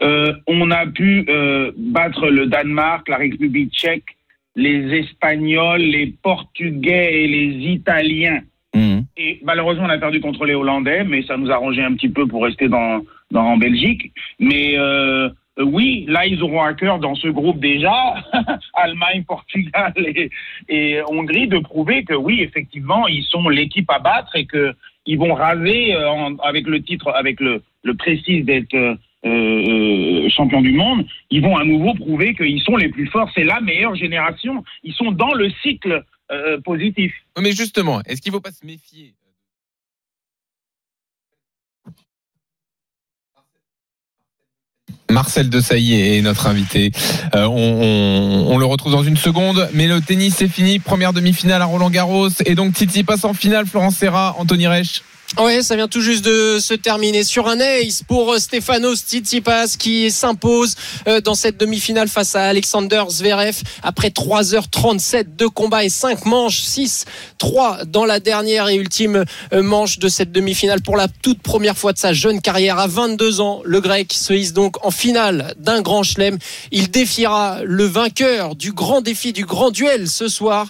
On a pu battre le Danemark, la République tchèque, les Espagnols, les Portugais et les Italiens. Et malheureusement, on a perdu contre les Hollandais, mais ça nous a arrangé un petit peu pour rester en Belgique. Mais oui, là, ils auront à cœur dans ce groupe déjà, Allemagne, Portugal et Hongrie, de prouver que oui, effectivement, ils sont l'équipe à battre et que ils vont raser avec le titre, avec le prestige d'être champion du monde. Ils vont à nouveau prouver qu'ils sont les plus forts. C'est la meilleure génération. Ils sont dans le cycle positif. Mais justement, est-ce qu'il ne faut pas se méfier ? Marcel Desailly est notre invité. On le retrouve dans une seconde, mais le tennis c'est fini. Première demi-finale à Roland-Garros et donc Tsitsipas en finale. Florent Serra, Anthony Reich. Oui, ça vient tout juste de se terminer sur un ace pour Stefanos Tsitsipas qui s'impose dans cette demi-finale face à Alexander Zverev après 3h37 de combat et 5 manches, 6-3 dans la dernière et ultime manche de cette demi-finale. Pour la toute première fois de sa jeune carrière à 22 ans, le Grec se hisse donc en finale d'un grand chelem. Il défiera le vainqueur du grand défi, du grand duel ce soir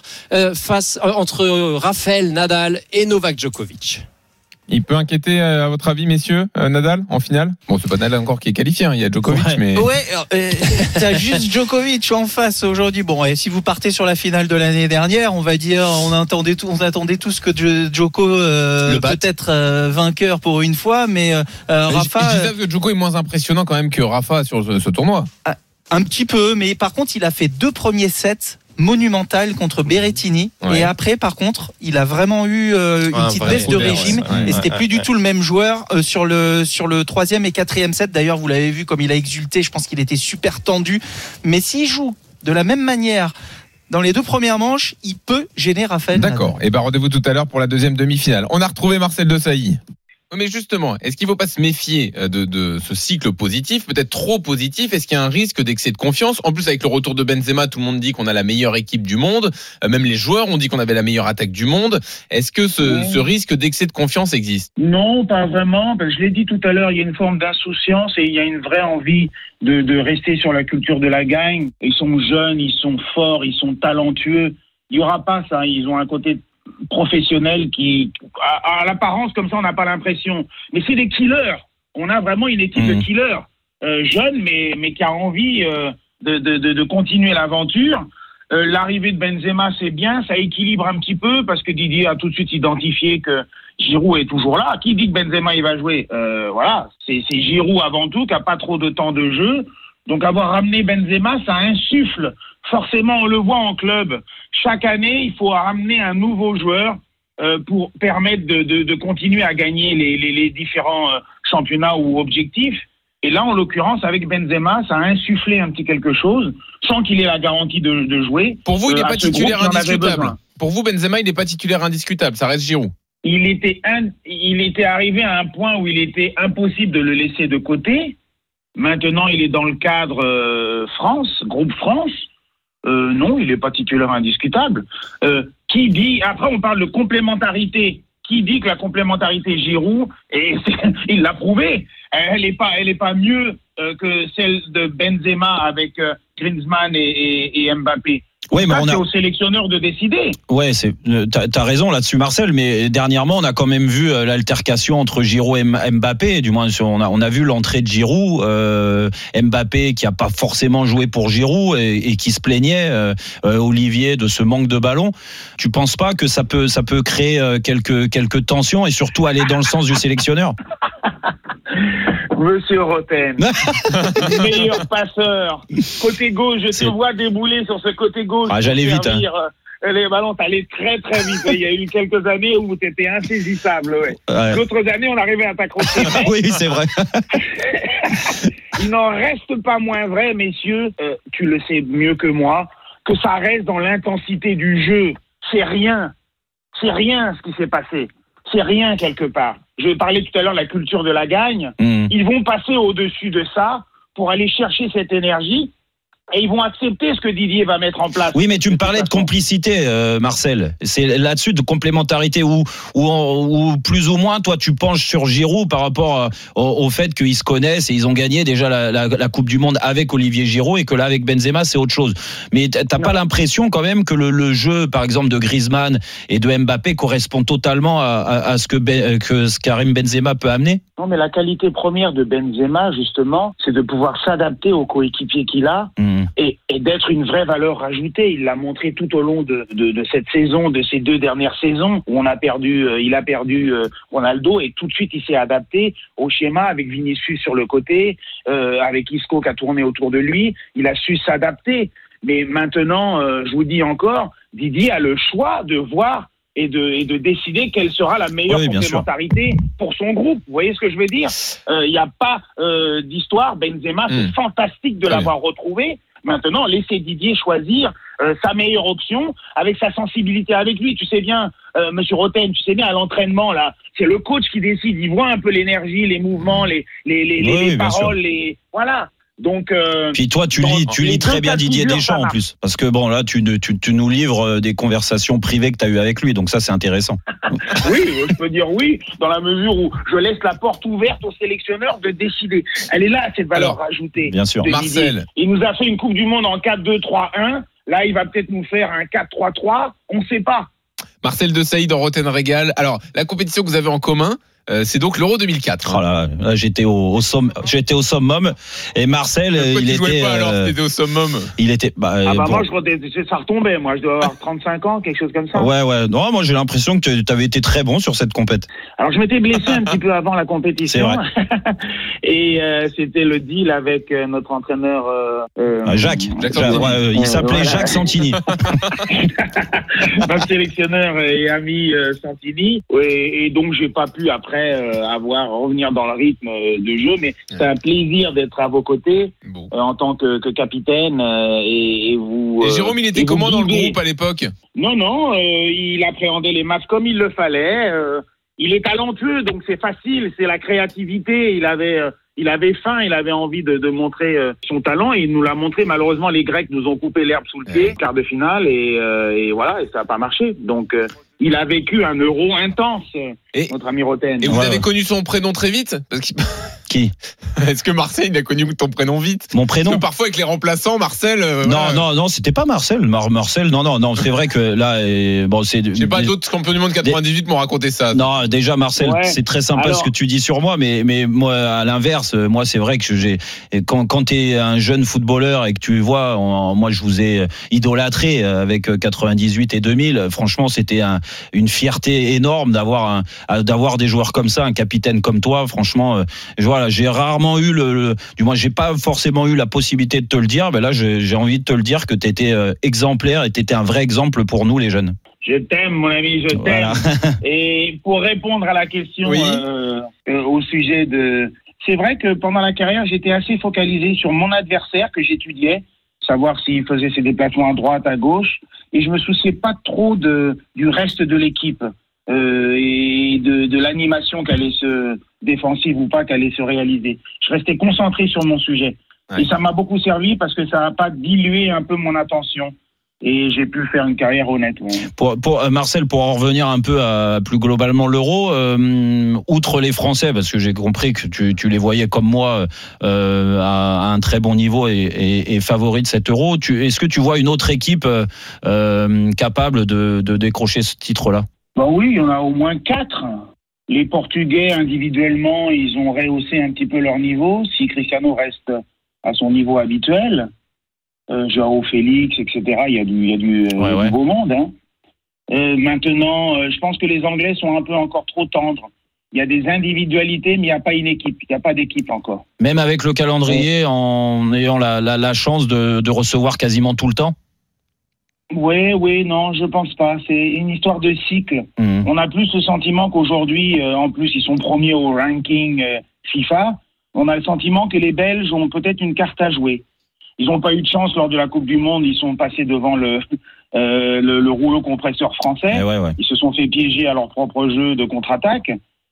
entre Rafael Nadal et Novak Djokovic. Il peut inquiéter, à votre avis, messieurs, Nadal, en finale? Bon, c'est pas Nadal encore qui est qualifié, hein. Il y a Djokovic, mais... Ouais, t'as juste Djokovic en face aujourd'hui. Bon, et si vous partez sur la finale de l'année dernière, on va dire, on attendait tous que Djoko peut-être vainqueur pour une fois, mais Rafa... Je disais que Djoko est moins impressionnant quand même que Rafa sur ce tournoi. Un petit peu, mais par contre, il a fait 2 premiers sets monumental contre Berrettini, et après par contre il a vraiment eu une petite baisse de régime, et c'était plus du tout le même joueur sur le 3e et 4e set. D'ailleurs vous l'avez vu comme il a exulté, je pense qu'il était super tendu, mais s'il joue de la même manière dans les 2 premières manches, il peut gêner Rafael. D'accord, et rendez-vous tout à l'heure pour la deuxième demi-finale. On a retrouvé Marcel Desailly. Mais justement, est-ce qu'il ne faut pas se méfier de ce cycle positif, peut-être trop positif? Est-ce qu'il y a un risque d'excès de confiance? En plus, avec le retour de Benzema, tout le monde dit qu'on a la meilleure équipe du monde. Même les joueurs ont dit qu'on avait la meilleure attaque du monde. Est-ce que ce risque d'excès de confiance existe? Non, pas vraiment. Je l'ai dit tout à l'heure, il y a une forme d'insouciance et il y a une vraie envie de rester sur la culture de la gagne. Ils sont jeunes, ils sont forts, ils sont talentueux. Il n'y aura pas ça. Ils ont un côté professionnels qui, à l'apparence comme ça, on n'a pas l'impression. Mais c'est des killers. On a vraiment une équipe de killers, jeunes, mais qui a envie de continuer l'aventure. L'arrivée de Benzema, c'est bien, ça équilibre un petit peu, parce que Didier a tout de suite identifié que Giroud est toujours là. Qui dit que Benzema il va jouer? Voilà, c'est Giroud avant tout, qui n'a pas trop de temps de jeu. Donc avoir ramené Benzema, ça insuffle. Forcément, on le voit en club. Chaque année, il faut ramener un nouveau joueur pour permettre de continuer à gagner les différents championnats ou objectifs. Et là, en l'occurrence, avec Benzema, ça a insufflé un petit quelque chose, sans qu'il ait la garantie de jouer. Pour vous, il n'est pas titulaire indiscutable. Pour vous, Benzema, il n'est pas titulaire indiscutable. Ça reste Giroud. Il était arrivé à un point où il était impossible de le laisser de côté. Maintenant, il est dans le cadre France, groupe France. Non, il n'est pas titulaire indiscutable. Qui dit, après on parle de complémentarité, qui dit que la complémentarité Giroud, et il l'a prouvé, elle n'est pas mieux que celle de Benzema avec Griezmann et Mbappé. Oui, mais c'est au sélectionneur de décider. Ouais, t'as raison là-dessus, Marcel. Mais dernièrement, on a quand même vu l'altercation entre Giroud et Mbappé. Du moins, on a vu l'entrée de Giroud, Mbappé qui a pas forcément joué pour Giroud et qui se plaignait, Olivier, de ce manque de ballon. Tu penses pas que ça peut créer quelques tensions et surtout aller dans le sens du sélectionneur? Monsieur Roten, meilleur passeur. Côté gauche, je te vois débouler sur ce côté gauche. Ah, j'allais vite. Les ballons, t'allais très très vite. Il y a eu quelques années où t'étais insaisissable. Ouais. D'autres années, on arrivait à t'accrocher. Oui, c'est vrai. Il n'en reste pas moins vrai, messieurs, tu le sais mieux que moi, que ça reste dans l'intensité du jeu. C'est rien ce qui s'est passé. C'est rien quelque part. Je parlais tout à l'heure de la culture de la gagne. Ils vont passer au-dessus de ça pour aller chercher cette énergie et ils vont accepter ce que Didier va mettre en place. Oui, mais tu me parlais de complicité, Marcel. C'est là-dessus de complémentarité où plus ou moins, toi, tu penches sur Giroud par rapport au fait qu'ils se connaissent et ils ont gagné déjà la Coupe du Monde avec Olivier Giroud et que là, avec Benzema, c'est autre chose. Mais t'as pas l'impression quand même que le jeu, par exemple, de Griezmann et de Mbappé correspond totalement à ce que Karim Benzema peut amener? Non, mais la qualité première de Benzema, justement, c'est de pouvoir s'adapter aux coéquipiers qu'il a. Et d'être une vraie valeur ajoutée. Il l'a montré tout au long de cette saison, de ces 2 dernières saisons où il a perdu Ronaldo et tout de suite il s'est adapté au schéma avec Vinicius sur le côté, avec Isco qui a tourné autour de lui. Il a su s'adapter. Mais maintenant, je vous dis encore, Didier a le choix de voir et de décider quelle sera la meilleure complémentarité pour son groupe. Vous voyez ce que je veux dire? Il n'y a pas d'histoire. Benzema, c'est fantastique de l'avoir retrouvé. Maintenant, laissez Didier choisir sa meilleure option avec sa sensibilité avec lui. Tu sais bien, Monsieur Roten, tu sais bien, à l'entraînement, là, c'est le coach qui décide. Il voit un peu l'énergie, les mouvements, les paroles, voilà. Donc, puis toi, tu lis très bien Didier Deschamps en plus, parce que bon là, tu nous livres des conversations privées que tu as eues avec lui, donc ça c'est intéressant. Oui, je peux dire oui, dans la mesure où je laisse la porte ouverte au sélectionneur de décider. Elle est là cette valeur ajoutée. Bien sûr, Marcel. Il nous a fait une Coupe du Monde en 4-2-3-1. Là, il va peut-être nous faire un 4-3-3. On ne sait pas. Marcel Desailly dans Roten Régal. Alors, la compétition que vous avez en commun, c'est donc l'Euro 202004. Oh là, j'étais au summum et Marcel il était pas alors t'étais au summum. Moi ça retombait, moi je dois avoir 35 ans, quelque chose comme ça. Ouais. Non, moi j'ai l'impression que tu avais été très bon sur cette compète. Alors je m'étais blessé un petit peu avant la compétition. C'est vrai. Et c'était le deal avec notre entraîneur Jacques. Il s'appelait Jacques Santini. Notre sélectionneur et ami Santini. Et donc j'ai pas pu après revenir dans le rythme de jeu, mais c'est un plaisir d'être à vos côtés en tant que capitaine et vous. Et Jérôme, il était comment dans le groupe à l'époque ? Non, il appréhendait les matchs comme il le fallait. Il est talentueux, donc c'est facile, c'est la créativité. Il avait faim, il avait envie de montrer son talent et il nous l'a montré. Malheureusement, les Grecs nous ont coupé l'herbe sous le pied, quart de finale, et voilà, et ça n'a pas marché. Donc, il a vécu un Euro intense, notre ami Roten. Et vous avez connu son prénom très vite ? Qui ? Est-ce que Marcel, il a connu ton prénom vite ? Mon prénom ? Parce que parfois, avec les remplaçants, Marcel... Non, c'était pas Marcel. Marcel, non, c'est vrai que là... c'est... J'ai pas d'autres champions du monde 98 m'ont raconté ça. Non, déjà, Marcel, c'est très sympa ce que tu dis sur moi, mais moi, à l'inverse, moi, c'est vrai que quand t'es un jeune footballeur et que tu vois, moi, je vous ai idolâtré avec 98 et 2000, franchement, c'était une fierté énorme d'avoir des joueurs comme ça, un capitaine comme toi, franchement, voilà, j'ai rarement eu du moins j'ai pas forcément eu la possibilité de te le dire, mais là j'ai envie de te le dire que tu étais exemplaire et tu étais un vrai exemple pour nous les jeunes. Je t'aime mon ami, je t'aime. Voilà. Et pour répondre à la question au sujet c'est vrai que pendant la carrière, j'étais assez focalisé sur mon adversaire que j'étudiais, savoir s'il faisait ses déplacements à droite, à gauche, et je me souciais pas trop du reste de l'équipe. Et de l'animation défensive ou pas, qu'elle allait se réaliser. Je restais concentré sur mon sujet. Ouais. Et ça m'a beaucoup servi parce que ça n'a pas dilué un peu mon attention. Et j'ai pu faire une carrière honnête. Ouais. Pour Marcel, pour en revenir un peu à plus globalement l'Euro, outre les Français, parce que j'ai compris que tu les voyais comme moi à un très bon niveau et favori de cet Euro, est-ce que tu vois une autre équipe capable de décrocher ce titre-là ? Oui, il y en a au moins 4. Les Portugais, individuellement, ils ont rehaussé un petit peu leur niveau. Si Cristiano reste à son niveau habituel, Joao Félix, etc., il y a du beau monde. Hein. Maintenant, je pense que les Anglais sont un peu encore trop tendres. Il y a des individualités, mais il n'y a pas une équipe. Il n'y a pas d'équipe encore. Même avec le calendrier, en ayant la chance de recevoir quasiment tout le temps ? Oui, non, je pense pas. C'est une histoire de cycle. On a plus le sentiment qu'aujourd'hui, en plus, ils sont premiers au ranking FIFA. On a le sentiment que les Belges ont peut-être une carte à jouer. Ils n'ont pas eu de chance lors de la Coupe du Monde. Ils sont passés devant le rouleau compresseur français. Ils se sont fait piéger à leur propre jeu de contre-attaque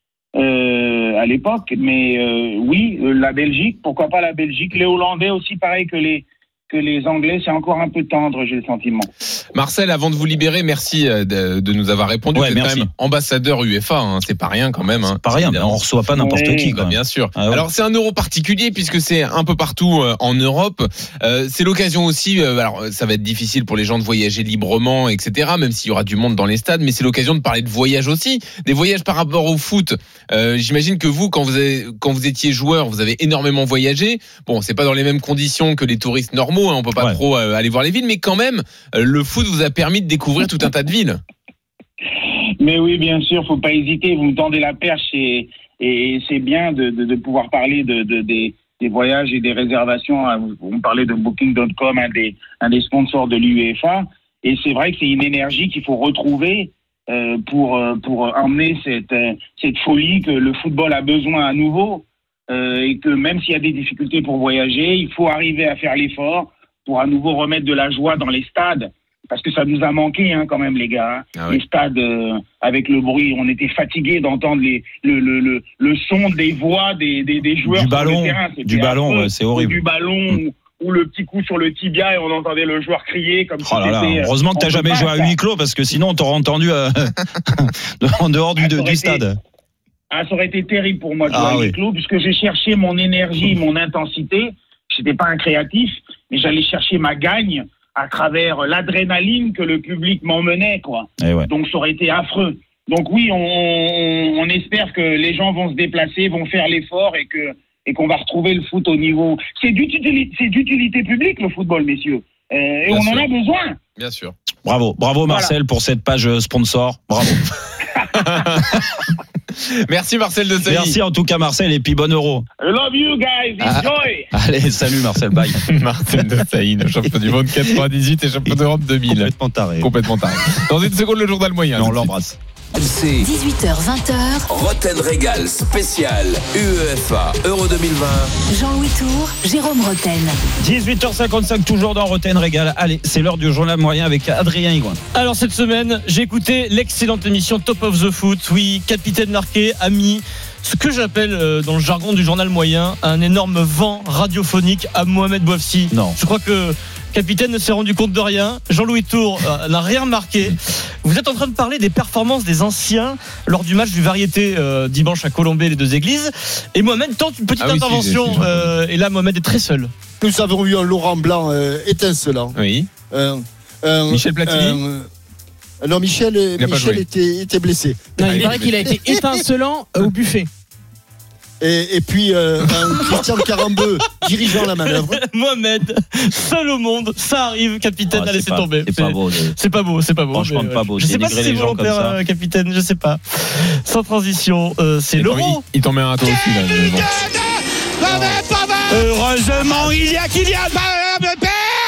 à l'époque. Mais oui, la Belgique, pourquoi pas la Belgique. Les Hollandais aussi, pareil que les Anglais, c'est encore un peu tendre, j'ai le sentiment. Marcel, avant de vous libérer, merci de nous avoir répondu. Vous êtes quand même ambassadeur UEFA, hein, c'est pas rien quand même. Hein. C'est pas rien, on reçoit pas n'importe qui. Bien sûr. Alors c'est un Euro particulier puisque c'est un peu partout en Europe. C'est l'occasion aussi, alors ça va être difficile pour les gens de voyager librement, etc., même s'il y aura du monde dans les stades, mais c'est l'occasion de parler de voyage aussi, des voyages par rapport au foot. J'imagine que vous, quand vous étiez joueur, vous avez énormément voyagé. Bon, c'est pas dans les mêmes conditions que les touristes normaux. On peut pas trop aller voir les villes, mais quand même, le foot vous a permis de découvrir tout un tas de villes. Mais oui, bien sûr, faut pas hésiter. Vous me tendez la perche et c'est bien de pouvoir parler des voyages et des réservations. On parlait de Booking.com, un des sponsors de l'UEFA. Et c'est vrai que c'est une énergie qu'il faut retrouver pour emmener cette folie que le football a besoin à nouveau. Et que même s'il y a des difficultés pour voyager, il faut arriver à faire l'effort pour à nouveau remettre de la joie dans les stades. Parce que ça nous a manqué quand même, les gars. Les stades avec le bruit, on était fatigués d'entendre le son des voix des joueurs sur le terrain. Du ballon, c'est horrible. Du ballon ou le petit coup sur le tibia et on entendait le joueur crier comme si c'était... Heureusement que tu n'as jamais joué à huis clos parce que sinon on t'aurait entendu en dehors du stade. Ça aurait été terrible pour moi de jouer à huis clos puisque j'ai cherché mon énergie, mon intensité. Je n'étais pas un créatif, mais j'allais chercher ma gagne à travers l'adrénaline que le public m'emmenait, quoi. Donc ça aurait été affreux. Donc oui, on espère que les gens vont se déplacer, vont faire l'effort et qu'on va retrouver le foot au niveau. C'est d'utilité publique, le football, messieurs. Et bien on sûr. En a besoin. Bien sûr. Bravo Marcel pour cette page sponsor. Bravo. Merci Marcel de Sailly. Merci en tout cas Marcel et puis bon euro. I love you guys, enjoy. Allez, salut Marcel, bye. Marcel de Sailly, champion du monde 98 et champion d'Europe 2000. Complètement taré. Dans une seconde le journal moyen. On l'embrasse. C'est 18h-20h. Roten Régal spécial UEFA Euro 2020. Jean-Louis Tour, Jérôme Roten. 18h55 toujours dans Roten Régal. Allez, c'est l'heure du journal moyen avec Adrien Higuin. Alors cette semaine, j'ai écouté l'excellente émission Top of the Foot. Oui, capitaine marqué a mis ce que j'appelle dans le jargon du journal moyen un énorme vent radiophonique à Mohamed Bouafsi. Non. Je crois que capitaine ne s'est rendu compte de rien. Jean-Louis Tour n'a rien marqué. Vous êtes en train de parler des performances des anciens lors du match du Variété dimanche à Colombey, les deux églises. Et Mohamed tente une petite intervention. Et là, Mohamed est très seul. Nous avons eu un Laurent Blanc étincelant. Oui. Michel Platini. Non, Michel était blessé. Non, il paraît qu'il a été étincelant au buffet. Et puis un Christian Carambeu dirigeant la manœuvre. Mohamed, seul au monde, ça arrive, capitaine, à laisser tomber. C'est pas beau. C'est pas beau. Franchement, pas beau. Je sais pas si c'est volontaire, capitaine, je sais pas. Sans transition, c'est l'Euro. Il t'en met un à toi aussi, là. Heureusement, il y a Kylian Mbappé.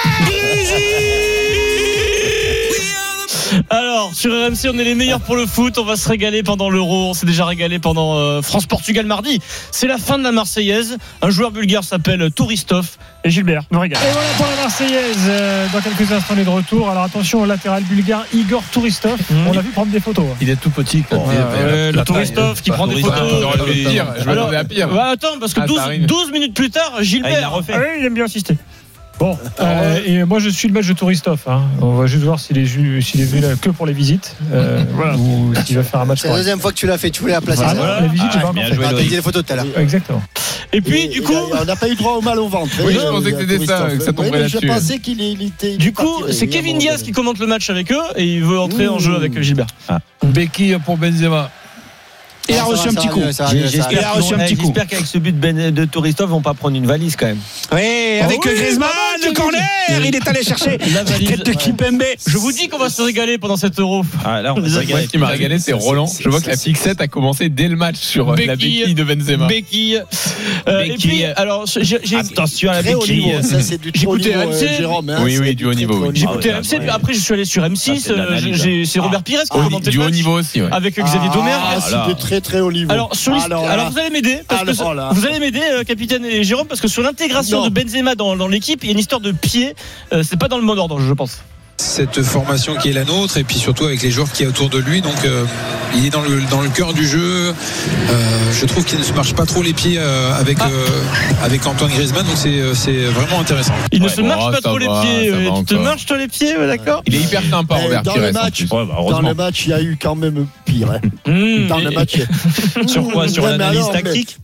Alors, sur RMC, on est les meilleurs pour le foot. On va se régaler pendant l'Euro. On s'est déjà régalé pendant France-Portugal mardi. C'est la fin de la Marseillaise. Un joueur bulgare s'appelle Touristov. Et Gilbert nous régale. Et voilà pour la Marseillaise. Dans quelques instants, on est de retour. Alors attention au latéral bulgare Igor Touristov. On l'a vu prendre des photos. Il est tout petit. Le Touristov qui prend des photos. Je m'attendais à pire. Attends, parce que 12 minutes plus tard, Gilbert. Il a refait. Oui, il aime bien insister. Bon, et moi je suis le match de Touristov. On va juste voir s'il est venu là que pour les visites ou s'il va faire un match. C'est la deuxième fois que tu l'as fait, tu voulais la placer. Les visites, j'ai pas encore fait. T'as dit les photos tout à l'heure. Exactement. Et puis du coup, on n'a pas eu droit au mal au ventre. Oui, je pensais que c'était ça, que ça tomberait là-dessus. Je pensais qu'il était. Du coup, c'est Kevin Diaz qui commente le match avec eux et il veut entrer en jeu avec Gilbert. Becky pour Benzema. Il a reçu un petit coup. J'espère qu'avec ce but de Touristov, ils vont pas prendre une valise quand même. Oui, avec Griezmann, le corner, il est allé chercher la tête de Kimpembe. Je vous dis qu'on va se régaler pendant cet Euro. Là, on ce qui m'a régalé, c'est Roland. Je vois que la fixette a commencé dès le match sur la béquille de Benzema. Béquille. Et puis, alors, attention à la béquille. Ça, c'est du haut niveau, Jérôme. Oui, du haut niveau. J'ai écouté RMC, après je suis allé sur M6. C'est Robert Pires qui a commenté le match. Du haut niveau aussi, avec Xavier Domer. Très haut niveau. Alors vous allez m'aider capitaine et Jérôme, parce que sur l'intégration de Benzema dans l'équipe, il y a une histoire de pied. C'est pas dans le bon ordre, je pense. Cette formation qui est la nôtre et puis surtout avec les joueurs qui est autour de lui, donc il est dans le cœur du jeu. Je trouve qu'il ne se marche pas trop les pieds avec Antoine Griezmann, donc c'est vraiment intéressant. Il ne se marche pas trop les pieds. Tu te marches toi les pieds, d'accord. Il est hyper sympa, Robert Pires. Dans le match, il y a eu quand même pire. Dans le match. Sur quoi? Sur l'analyse tactique?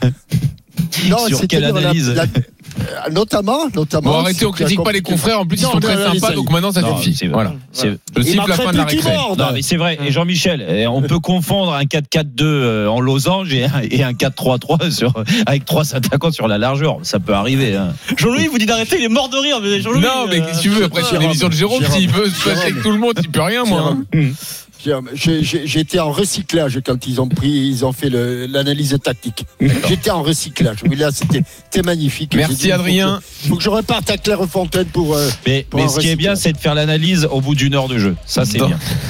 Non, sur quelle analyse? Notamment. Bon, arrêtez, on critique pas les confrères. En plus, ils sont très sympas, donc maintenant ça suffit. Voilà. Je siffle la fin de la récré. Non, mais c'est vrai. Et Jean-Michel, on peut confondre un 4-4-2 en losange et un 4-3-3 avec 3 attaquants sur la largeur. Ça peut arriver. Jean-Louis vous dit d'arrêter, il est mort de rire. Mais Jean-Louis, non, mais si tu veux, après c'est l'émission de Jérôme, s'il veut se passer avec tout le monde, il peut rien, moi. J'étais en recyclage quand ils ont fait l'analyse tactique. J'étais en recyclage. Oui, là, c'était magnifique. Merci Adrien. Faut que je reparte à Clairefontaine pour. Mais ce qui est bien, c'est de faire l'analyse au bout d'1 heure de jeu. Ça, c'est bien.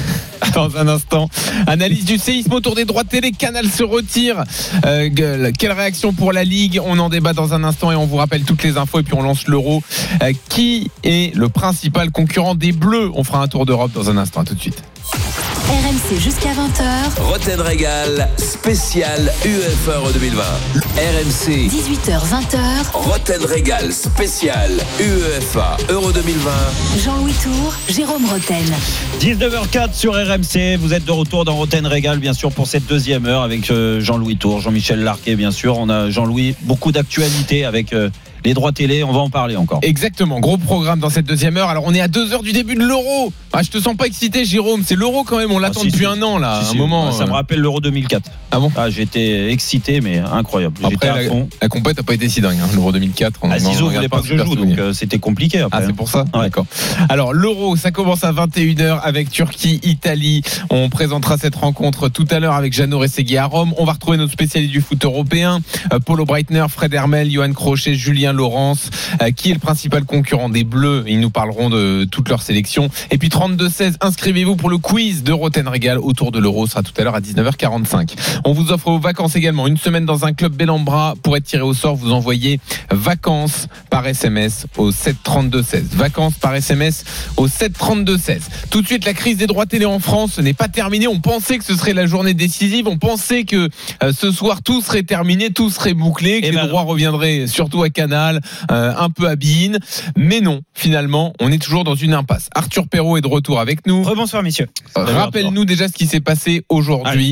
dans un instant. Analyse du séisme autour des droits de télé. Canal se retire. Quelle réaction pour la Ligue? On en débat dans un instant et on vous rappelle toutes les infos et puis on lance l'Euro. Qui est le principal concurrent des Bleus? On fera un tour d'Europe dans un instant. À tout de suite. RMC jusqu'à 20h. Roten Régal, spécial UEFA Euro 2020. RMC. 18h-20h. Roten Régal, spécial UEFA Euro 2020. Jean-Louis Tour, Jérôme Roten. 19h04 sur RMC. Vous êtes de retour dans Roten Régal, bien sûr, pour cette deuxième heure avec Jean-Louis Tour, Jean-Michel Larquet, bien sûr. On a Jean-Louis, beaucoup d'actualités avec les droits télé, on va en parler encore. Exactement, gros programme dans cette deuxième heure. Alors on est à 2 heures du début de l'Euro. Je te sens pas excité, Jérôme. C'est l'Euro quand même, on l'attend depuis un an là. Un moment. Ça me rappelle l'Euro 2004. Ah bon? J'étais excité, mais incroyable. Après, j'étais à fond. La compète n'a pas été si dingue, l'Euro 2004. Zizou voulait pas que je joue, donc c'était compliqué après. C'est pour ça. Ouais. D'accord. Alors l'Euro, ça commence à 21h avec Turquie, Italie. On présentera cette rencontre tout à l'heure avec Jeannot Rességui à Rome. On va retrouver notre spécialiste du foot européen, Paulo Breitner, Fred Hermel, Johan Crochet, Julien Laurence. Qui est le principal concurrent des Bleus? Ils nous parleront de toute leur sélection. Et puis 32-16, inscrivez-vous pour le quiz de Roten Régal autour de l'Euro. Ce sera tout à l'heure à 19h45. On vous offre vos vacances également. Une semaine dans un club Bellambra. Pour être tiré au sort, vous envoyez vacances par SMS au 732-16. Vacances par SMS au 732-16. Tout de suite, la crise des droits télé en France, ce n'est pas terminé. On pensait que ce serait la journée décisive. On pensait que ce soir, tout serait terminé, tout serait bouclé, que les droits reviendraient surtout à Canal, un peu à beIN, mais non, finalement, on est toujours dans une impasse. Arthur Perrault est de retour avec nous. Rebonsoir, messieurs. Rappelle-nous déjà ce qui s'est passé aujourd'hui,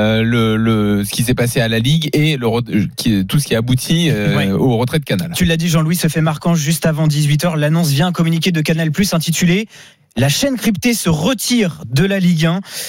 ce qui s'est passé à la Ligue et tout ce qui a abouti au retrait de Canal. Tu l'as dit, Jean-Louis, ce fait marquant juste avant 18h, l'annonce vient un communiqué de Canal+, intitulé La chaîne cryptée se retire de la Ligue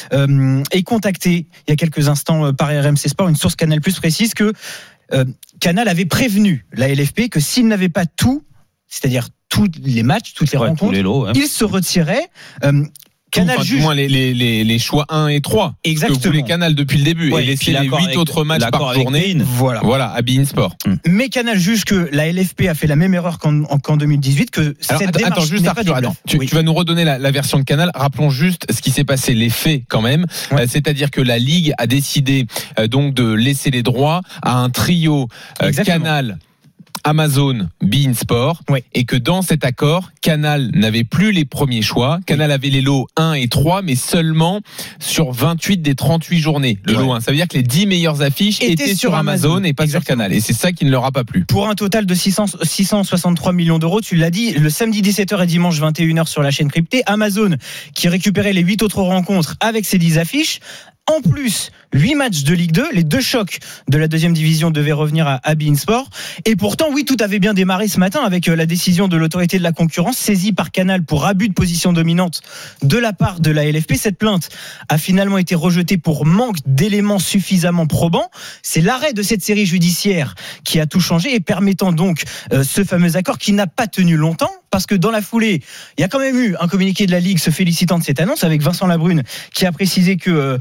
1 et contactée il y a quelques instants par RMC Sport. Une source Canal+ précise que Canal avait prévenu la LFP que s'il n'avait pas tout, c'est-à-dire tous les matchs, toutes les rencontres, il se retirait. Canal juge. Du moins les choix 1 et 3. Exactement. Que voulait Canal depuis le début. Et laisser les 8 autres matchs par journée. Voilà, à beIN Sport. Mais Canal juge que la LFP a fait la même erreur qu'en 2018, que cette démarche attends, juste Arthur, tu vas nous redonner la version de Canal. Rappelons juste ce qui s'est passé, les faits quand même. C'est-à-dire que la Ligue a décidé donc de laisser les droits à un trio Canal, Amazon, beIN Sport, et que dans cet accord, Canal n'avait plus les premiers choix. Canal avait les lots 1 et 3, mais seulement sur 28 des 38 journées. Le lot 1, ça veut dire que les 10 meilleures affiches étaient sur Amazon et pas sur Canal. Et c'est ça qui ne leur a pas plu. Pour un total de 663 millions d'euros, tu l'as dit, le samedi 17h et dimanche 21h sur la chaîne cryptée. Amazon qui récupérait les 8 autres rencontres avec ses 10 affiches. En plus, 8 matchs de Ligue 2, les 2 chocs de la deuxième division devaient revenir à beIN Sport. Et pourtant, oui, tout avait bien démarré ce matin avec la décision de l'autorité de la concurrence saisie par Canal pour abus de position dominante de la part de la LFP. Cette plainte a finalement été rejetée pour manque d'éléments suffisamment probants. C'est l'arrêt de cette série judiciaire qui a tout changé et permettant donc ce fameux accord qui n'a pas tenu longtemps. Parce que dans la foulée, il y a quand même eu un communiqué de la Ligue se félicitant de cette annonce avec Vincent Labrune qui a précisé que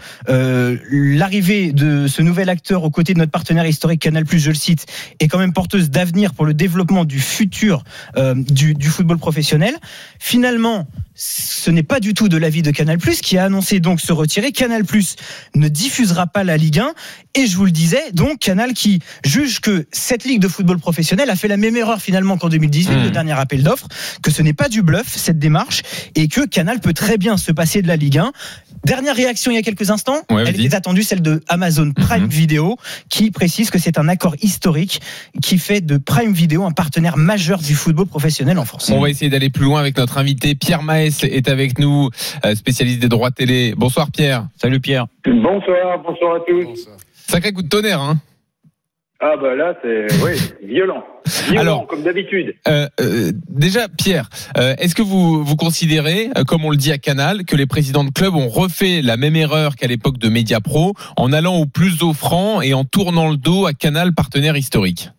l'arrivée de ce nouvel acteur aux côtés de notre partenaire historique Canal+, je le cite, est quand même porteuse d'avenir pour le développement du futur du football professionnel. Finalement, ce n'est pas du tout de l'avis de Canal+, qui a annoncé donc se retirer. Canal+ ne diffusera pas la Ligue 1. Et je vous le disais, donc Canal qui juge que cette Ligue de football professionnel a fait la même erreur finalement qu'en 2018, le dernier appel d'offres, que ce n'est pas du bluff, cette démarche, et que Canal peut très bien se passer de la Ligue 1. Dernière réaction il y a quelques instants, elle était attendue, celle de Amazon Prime Video, qui précise que c'est un accord historique qui fait de Prime Video un partenaire majeur du football professionnel en France. On va essayer d'aller plus loin avec notre invité. Pierre Maes est avec nous, spécialiste des droits télé. Bonsoir Pierre. Salut Pierre. Bonsoir à tous. Sacré coup de tonnerre, hein. Ah bah là c'est violent. Alors, comme d'habitude. Déjà Pierre, est-ce que vous considérez, comme on le dit à Canal, que les présidents de clubs ont refait la même erreur qu'à l'époque de Mediapro en allant au plus offrant et en tournant le dos à Canal, partenaire historique?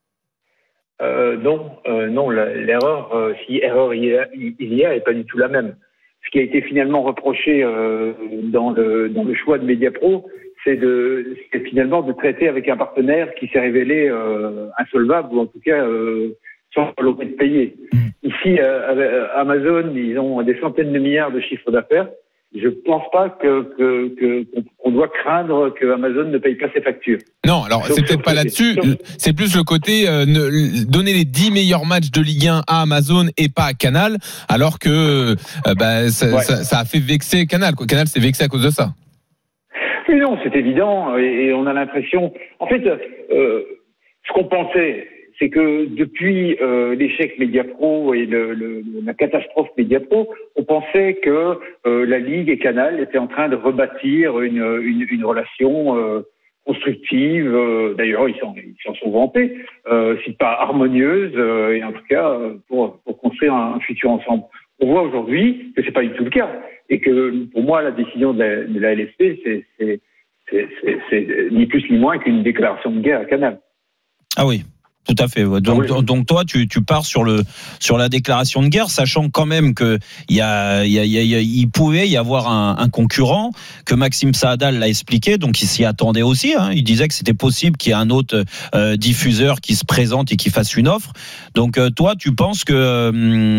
Non, l'erreur, si erreur il y a, est pas du tout la même. Ce qui a été finalement reproché dans le choix de Mediapro, c'est finalement de traiter avec un partenaire qui s'est révélé insolvable ou en tout cas sans volonté de payer. Ici, Amazon, ils ont des centaines de milliards de chiffres d'affaires. je pense pas qu'on doit craindre que Amazon ne paye pas ses factures. Non, alors c'est peut-être pas là-dessus, c'est plus le côté donner les 10 meilleurs matchs de Ligue 1 à Amazon et pas à Canal, alors que ça a fait vexer Canal. Canal s'est vexé à cause de ça. Oui, non, c'est évident, et on a l'impression... En fait, ce qu'on pensait, c'est que depuis l'échec Mediapro et la catastrophe Mediapro, on pensait que la Ligue et Canal étaient en train de rebâtir une relation constructive. D'ailleurs, ils s'en sont vantés, si pas harmonieuse, et en tout cas pour construire un futur ensemble. On voit aujourd'hui que c'est pas du tout le cas, et que pour moi, la décision de la LFP, c'est ni plus ni moins qu'une déclaration de guerre à Canal. Ah oui. Tout à fait. Ouais. Donc toi, tu pars sur la déclaration de guerre, sachant quand même que il pouvait y avoir un concurrent, que Maxime Saadal l'a expliqué, donc il s'y attendait aussi. Hein. Il disait que c'était possible qu'il y ait un autre diffuseur qui se présente et qui fasse une offre. Donc toi, tu penses que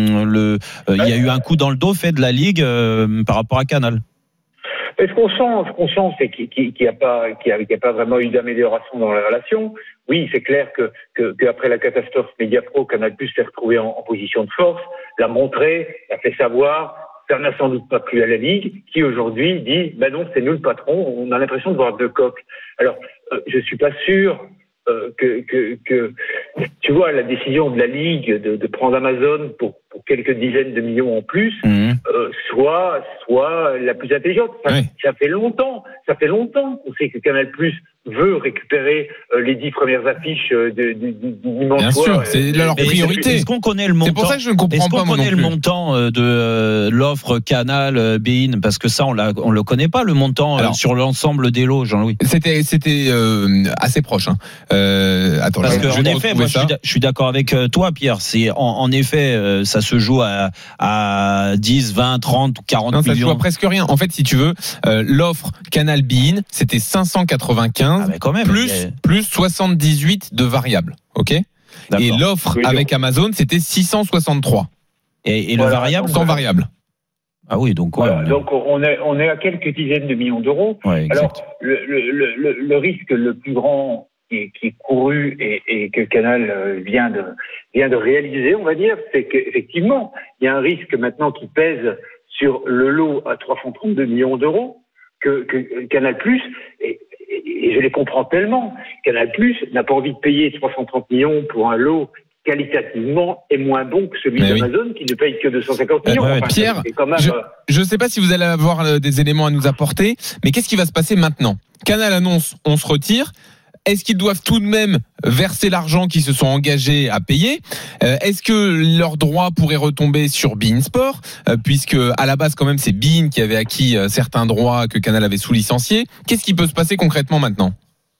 il y a eu un coup dans le dos fait de la Ligue par rapport à Canal? Et ce qu'on sent, c'est qu'il n'y a pas vraiment eu d'amélioration dans la relation. Oui, c'est clair que après la catastrophe Mediapro, Canal+ s'est retrouvé en position de force, l'a montré, l'a fait savoir. Ça n'a sans doute pas plu à la Ligue, qui aujourd'hui dit, non, c'est nous le patron. On a l'impression de voir deux coqs. Alors, je suis pas sûr que tu vois, la décision de la Ligue de prendre Amazon pour quelques dizaines de millions en plus, soit la plus intelligente. Ça fait longtemps qu'on sait que Canal+ veut récupérer les 10 premières affiches du dimanche soir. Bien sûr, c'est leur priorité. Est-ce qu'on connaît le montant? C'est pour ça que je ne comprends pas. Est-ce qu'on connaît le montant de l'offre Canal, Bein? Parce que ça, on le connaît pas, le montant sur l'ensemble des lots, Jean-Louis. C'était assez proche. Hein. Attends, parce qu'en effet, moi, je suis d'accord avec toi, Pierre. C'est en effet, ça se joue à 10, 20, 30 ou 40 millions. Non, ça se joue à presque rien. En fait, si tu veux, l'offre Canal Bein, c'était 595 plus 78 de variables. Ok. D'accord. Et l'offre avec Amazon, c'était 663. Et le variable sans variable. Ah oui, donc donc on est à quelques dizaines de millions d'euros. Ouais, alors le risque le plus grand qui est couru et que Canal vient de réaliser, on va dire, c'est qu'effectivement, il y a un risque maintenant qui pèse sur le lot à 332 millions d'euros que Canal+, et je les comprends tellement, Canal+ n'a pas envie de payer 330 millions pour un lot qualitativement est moins bon que celui d'Amazon qui ne paye que 250 millions. Pierre, je ne sais pas si vous allez avoir des éléments à nous apporter, mais qu'est-ce qui va se passer maintenant? Canal annonce, on se retire. Est-ce qu'ils doivent tout de même verser l'argent qu'ils se sont engagés à payer? Est-ce que leurs droits pourraient retomber sur beIN Sport, puisque à la base quand même c'est beIN qui avait acquis certains droits que Canal avait sous-licenciés? Qu'est-ce qui peut se passer concrètement maintenant?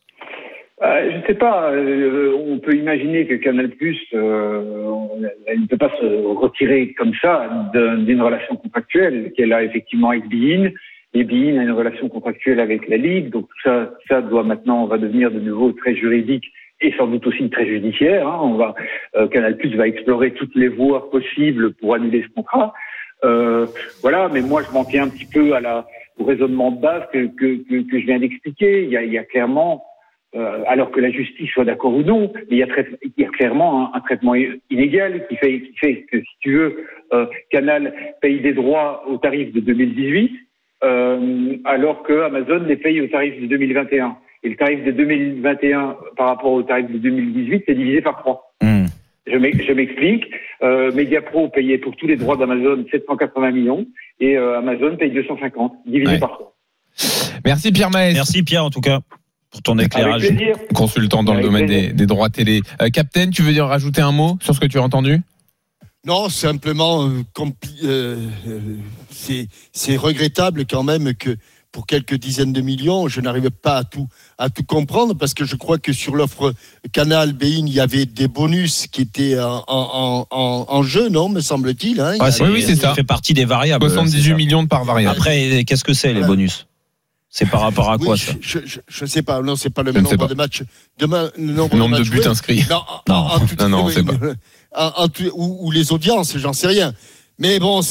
Je ne sais pas. On peut imaginer que Canal+, elle ne peut pas se retirer comme ça d'une relation contractuelle qu'elle a effectivement avec beIN. Et beIN a une relation contractuelle avec la Ligue, donc tout ça va devenir de nouveau très juridique et sans doute aussi très judiciaire. Hein. Canal+ va explorer toutes les voies possibles pour annuler ce contrat. Voilà, mais moi je m'en tiens un petit peu au raisonnement de base que je viens d'expliquer. Il y a clairement, alors que la justice soit d'accord ou non, mais il y a clairement un traitement inégal qui fait que, si tu veux, Canal paye des droits au tarif de 2018. Alors que Amazon les paye au tarif de 2021. Et le tarif de 2021 par rapport au tarif de 2018, c'est divisé par 3. Je m'explique. Mediapro payait pour tous les droits d'Amazon 780 millions et Amazon paye 250, divisé par 3. Merci Pierre Maes. Merci Pierre en tout cas pour ton éclairage. Avec plaisir. Consultant dans le domaine des droits télé. Captain, tu veux rajouter un mot sur ce que tu as entendu? Non, simplement, c'est regrettable quand même que pour quelques dizaines de millions, je n'arrive pas à tout comprendre, parce que je crois que sur l'offre Canal beIN, il y avait des bonus qui étaient en jeu, non, me semble-t-il. Hein, oui, c'est ça. Ça fait partie des variables. 78 millions de par variable. Après, qu'est-ce que c'est les bonus? C'est par rapport à quoi ça? Je sais pas. Non, c'est pas le même nombre de matchs. Le nombre de buts inscrits. Non, c'est pas. Ou les audiences, j'en sais rien. Mais bon,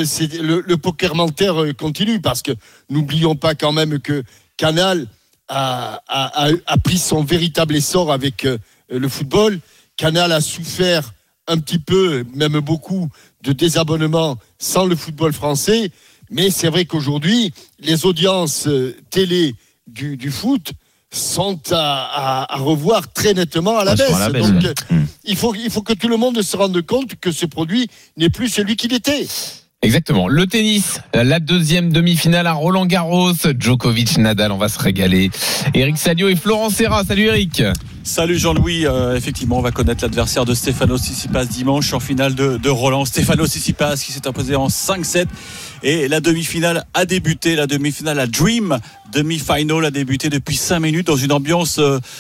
le poker menteur continue parce que n'oublions pas quand même que Canal a pris son véritable essor avec le football. Canal a souffert un petit peu, même beaucoup, de désabonnements sans le football français. Mais c'est vrai qu'aujourd'hui, les audiences télé du foot sont à revoir très nettement à la baisse. Donc, il faut que tout le monde se rende compte que ce produit n'est plus celui qu'il était. Exactement. Le tennis, la deuxième demi-finale à Roland-Garros. Djokovic, Nadal, on va se régaler. Eric Salio et Florent Serra. Salut Eric. Salut Jean-Louis, effectivement on va connaître l'adversaire de Stefanos Tsitsipas dimanche en finale de Roland. Stefanos Tsitsipas qui s'est imposé en 5-7 et la demi-finale a débuté, la demi-finale à Dream, demi-final a débuté depuis 5 minutes dans une ambiance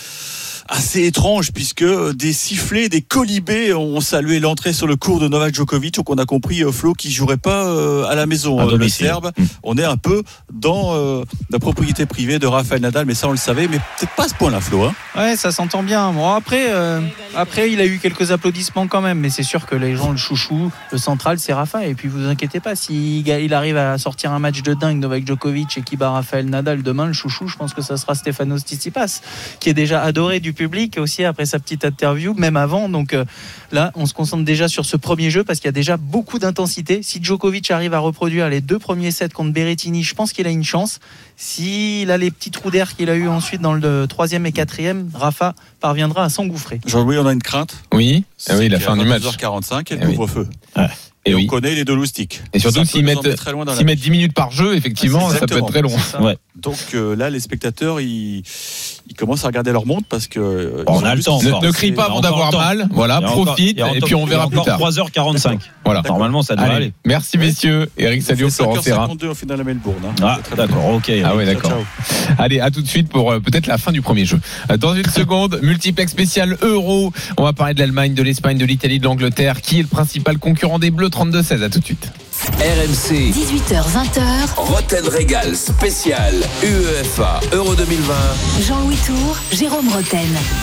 assez étrange puisque des sifflets, des colibés ont salué l'entrée sur le court de Novak Djokovic. Donc on a compris, Flo, qu'il ne jouerait pas à la maison. Le Serbe, on est un peu dans la propriété privée de Rafael Nadal, mais ça on le savait, mais peut-être pas à ce point-là, Flo. Ouais, ça s'entend bien. Bon, après, il a eu quelques applaudissements quand même, mais c'est sûr que les gens le chouchou, le central, c'est Rafa. Et puis vous inquiétez pas, s'il arrive à sortir un match de dingue, Novak Djokovic, et qui bat Rafael Nadal demain, le chouchou, je pense que ça sera Stefanos Tsitsipas, qui est déjà adoré du public aussi après sa petite interview, même avant. Donc là, on se concentre déjà sur ce premier jeu parce qu'il y a déjà beaucoup d'intensité. Si Djokovic arrive à reproduire les 2 premiers sets contre Berrettini, je pense qu'il a une chance. S'il a les petits trous d'air qu'il a eu ensuite dans le 3e et 4e, Rafa parviendra à s'engouffrer. Jean-Louis, on a une crainte. Oui, la fin du match. 22h45 et le couvre-feu. Ouais. Et on connaît les deux loustiques. Et surtout s'ils mettent 10 minutes par jeu, effectivement, ça peut être très long. Ouais. Donc là, les spectateurs, ils commencent à regarder leur montre parce que on a le temps. Ne crie pas avant d'avoir mal. Voilà, profite et puis on verra plus tard. 3h45. Voilà. Normalement, ça devrait aller. Merci messieurs. Eric Salio, Florent Serra. 5h52 au final à Melbourne. Ah, d'accord. OK. Ah ouais, d'accord. Allez, à tout de suite pour peut-être la fin du premier jeu. Dans une seconde, multiplex spécial Euro. On va parler de l'Allemagne, de l'Espagne, de l'Italie, de l'Angleterre. Qui est le principal concurrent des Bleus? 32-16. À tout de suite. RMC 18h-20h Roten Régal spécial UEFA Euro 2020. Jean-Louis Tour, Jérôme Roten.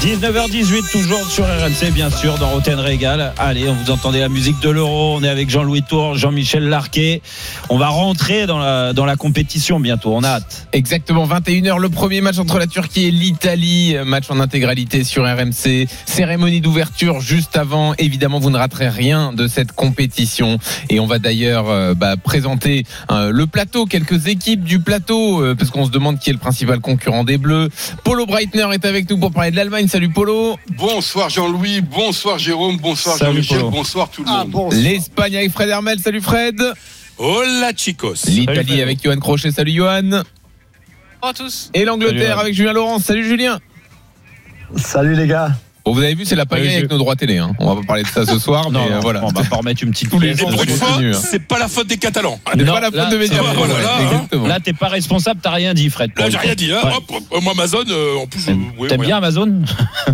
19h18 toujours sur RMC, bien sûr, dans Roten Régal. Allez, on vous entendez la musique de l'Euro. On est avec Jean-Louis Tour, Jean-Michel Larquet. On va rentrer dans la compétition bientôt, on a hâte. Exactement, 21h, le premier match entre la Turquie et l'Italie. Match en intégralité sur RMC. Cérémonie d'ouverture juste avant. Évidemment, vous ne raterez rien de cette compétition. Et on va d'ailleurs présenter le plateau, quelques équipes du plateau, parce qu'on se demande qui est le principal concurrent des Bleus. Polo Breitner est avec nous pour parler de l'Allemagne. Salut Polo. Bonsoir Jean-Louis, bonsoir Jérôme, bonsoir Jean-Michel, bonsoir tout le monde. L'Espagne avec Fred Hermel. Salut Fred. Hola chicos. L'Italie avec Johan Crochet. Salut Johan. Bonjour à tous. Et l'Angleterre avec Julien Laurence. Salut Julien. Salut les gars. Bon, vous avez vu, c'est la pagaille avec nos droits télé. Hein. On va pas parler de ça ce soir, mais voilà. On va pas remettre une petite pièce. Pour une fois, c'est pas la faute des Catalans. C'est pas la faute de Mediapro. Là, t'es pas responsable, t'as rien dit, Fred. Là, j'ai rien dit. Hein. Hop, moi, Amazon, en plus. T'aimes bien Amazon?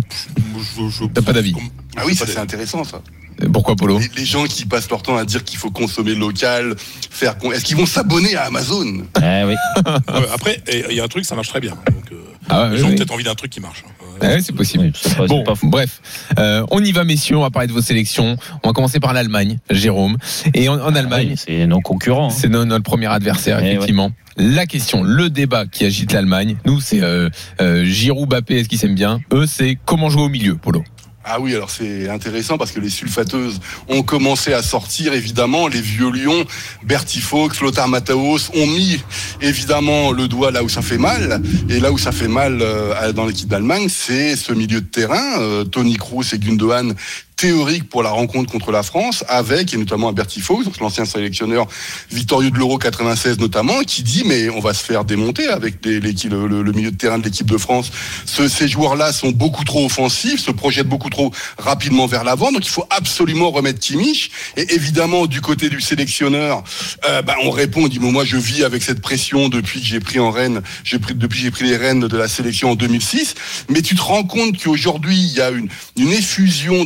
T'as pas d'avis? Ah oui, ça c'est intéressant ça. Pourquoi Polo? Les gens qui passent leur temps à dire qu'il faut consommer local, est-ce qu'ils vont s'abonner à Amazon? Oui. Après, il y a un truc, ça marche très bien. Donc, les gens ont peut-être envie d'un truc qui marche. Oui, c'est possible. Bon, bref, on y va messieurs, on va parler de vos sélections. On va commencer par l'Allemagne, Jérôme. Et en Allemagne, c'est nos concurrents. C'est notre premier adversaire, effectivement. La question, le débat qui agite l'Allemagne, nous c'est Giroud, Mbappé, est-ce qu'ils s'aiment bien? Eux, c'est comment jouer au milieu, Polo. Ah oui, alors c'est intéressant parce que les sulfateuses ont commencé à sortir, évidemment. Les vieux lions, Bertie Fox, Lothar Matthäus, ont mis évidemment le doigt là où ça fait mal. Et là où ça fait mal dans l'équipe d'Allemagne, c'est ce milieu de terrain. Toni Kroos et Gundogan, théorique pour la rencontre contre la France, avec, et notamment à Bertie Fox, donc l'ancien sélectionneur victorieux de l'Euro 96 notamment, qui dit mais on va se faire démonter avec le milieu de terrain de l'équipe de France. Ces joueurs-là sont beaucoup trop offensifs, se projettent beaucoup trop rapidement vers l'avant, donc il faut absolument remettre Kimmich. Et évidemment, du côté du sélectionneur, on répond, on dit moi je vis avec cette pression depuis que j'ai pris les rênes de la sélection en 2006, mais tu te rends compte qu'aujourd'hui il y a une effusion de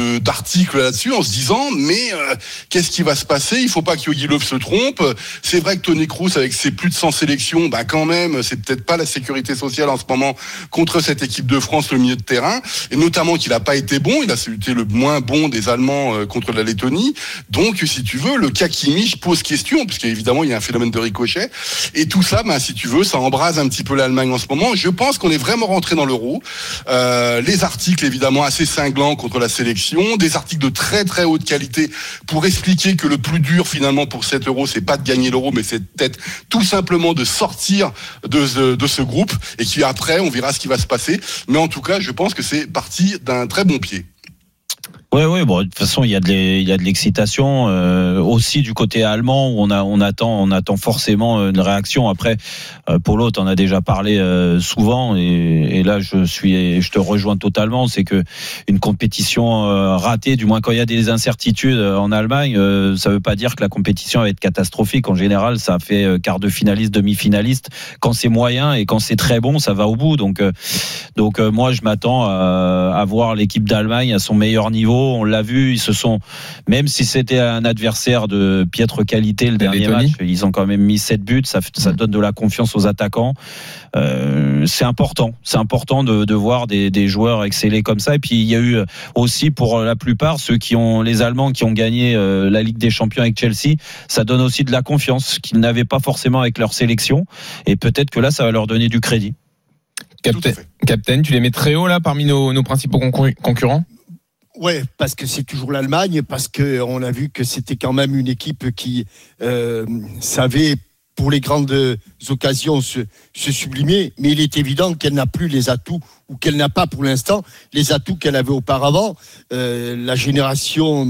d'articles là-dessus en se disant mais qu'est-ce qui va se passer ? Il faut pas que Jogi Löw se trompe. C'est vrai que Toni Kroos avec ses plus de 100 sélections, quand même, c'est peut-être pas la sécurité sociale en ce moment contre cette équipe de France, le milieu de terrain, et notamment qu'il a pas été bon. Il a été le moins bon des Allemands contre la Lettonie. Donc, si tu veux, le cas Kimmich pose question, parce qu'évidemment il y a un phénomène de ricochet, et tout ça, si tu veux, ça embrase un petit peu l'Allemagne en ce moment. Je pense qu'on est vraiment rentré dans l'Euro. Les articles évidemment assez cinglants contre la sélection, des articles de très très haute qualité pour expliquer que le plus dur finalement pour cet Euro, c'est pas de gagner l'Euro, mais c'est peut-être tout simplement de sortir de ce groupe, et puis après on verra ce qui va se passer. Mais en tout cas, je pense que c'est parti d'un très bon pied. Ouais, bon, de toute façon, il y a de l'excitation aussi du côté allemand, où on attend forcément une réaction. Après, pour l'autre, on a déjà parlé souvent, et là, je te rejoins totalement. C'est que une compétition ratée, du moins quand il y a des incertitudes en Allemagne, ça veut pas dire que la compétition va être catastrophique. En général, ça fait quart de finaliste, demi-finaliste. Quand c'est moyen et quand c'est très bon, ça va au bout. Donc moi, je m'attends à voir l'équipe d'Allemagne à son meilleur niveau. On l'a vu, ils se sont, même si c'était un adversaire de piètre qualité le dernier match, ils ont quand même mis 7 buts, ça donne de la confiance aux attaquants. C'est important de voir des joueurs exceller comme ça. Et puis il y a eu aussi, pour la plupart, les Allemands qui ont gagné la Ligue des Champions avec Chelsea, ça donne aussi de la confiance qu'ils n'avaient pas forcément avec leur sélection, et peut-être que là ça va leur donner du crédit. Captain, tu les mets très haut là parmi nos principaux concurrents ? Ouais, parce que c'est toujours l'Allemagne, parce que on a vu que c'était quand même une équipe qui savait pour les grandes occasions se sublimer, mais il est évident qu'elle n'a plus les atouts, ou qu'elle n'a pas pour l'instant les atouts qu'elle avait auparavant. La génération,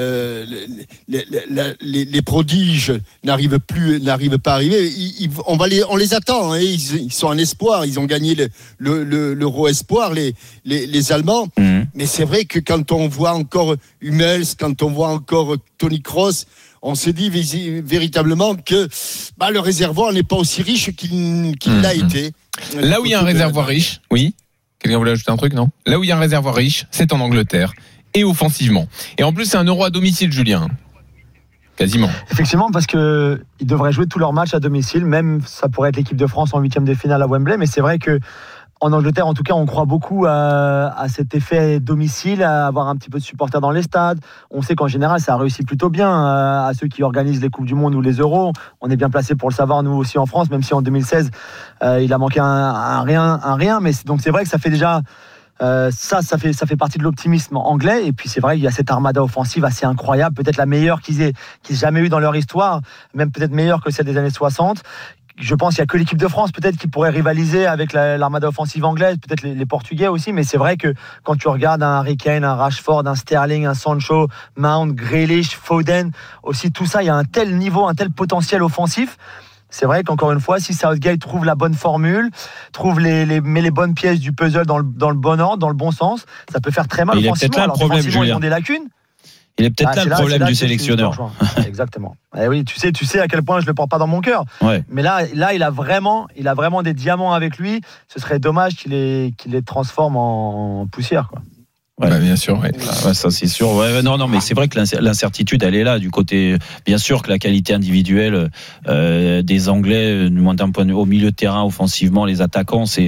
les prodiges n'arrivent pas à arriver. On les attend, hein, ils sont en espoir. Ils ont gagné l'Euro espoir, les Allemands. Mais c'est vrai que quand on voit encore Hummels, quand on voit encore Toni Kroos, on se dit véritablement que le réservoir n'est pas aussi riche qu'il l'a été. Là où il y a un réservoir riche, oui. Quelqu'un voulait ajouter un truc, non ? Là où il y a un réservoir riche, c'est en Angleterre, et offensivement. Et en plus, c'est un Euro à domicile, Julien. Quasiment. Effectivement, parce qu'ils devraient jouer tous leurs matchs à domicile. Même, ça pourrait être l'équipe de France en 8e de finale à Wembley. Mais c'est vrai que en Angleterre, en tout cas, on croit beaucoup à cet effet domicile, à avoir un petit peu de supporters dans les stades. On sait qu'en général, ça réussit plutôt bien à ceux qui organisent les Coupes du Monde ou les Euros. On est bien placé pour le savoir, nous aussi en France, même si en 2016, il a manqué un rien. Mais donc c'est vrai que ça fait déjà... ça fait partie de l'optimisme anglais. Et puis c'est vrai, il y a cette armada offensive assez incroyable, peut-être la meilleure qu'ils aient jamais eu dans leur histoire, même peut-être meilleure que celle des années 60. Je pense qu'il n'y a que l'équipe de France peut-être qui pourrait rivaliser avec l'armada offensive anglaise, peut-être les Portugais aussi, mais c'est vrai que quand tu regardes un Harry Kane, un Rashford, un Sterling, un Sancho, Mount, Grealish, Foden, aussi tout ça, il y a un tel niveau, un tel potentiel offensif. C'est vrai qu'encore une fois, si Southgate trouve la bonne formule, met les bonnes pièces du puzzle dans le bon ordre, dans le bon sens, ça peut faire très mal offensivement. Il y a peut-être là le problème, Julien. Ils ont des lacunes. Il est peut-être là le problème du sélectionneur. Exactement. Et oui, tu sais à quel point je le porte pas dans mon cœur. Ouais. Mais là, il a vraiment des diamants avec lui. Ce serait dommage qu'il les transforme en poussière, quoi. Ouais, bien sûr. Ouais. Ça c'est sûr. Ouais, non, mais c'est vrai que l'incertitude, elle est là du côté. Bien sûr que la qualité individuelle des Anglais, du moins d'un point de vue au milieu de terrain, offensivement, les attaquants, c'est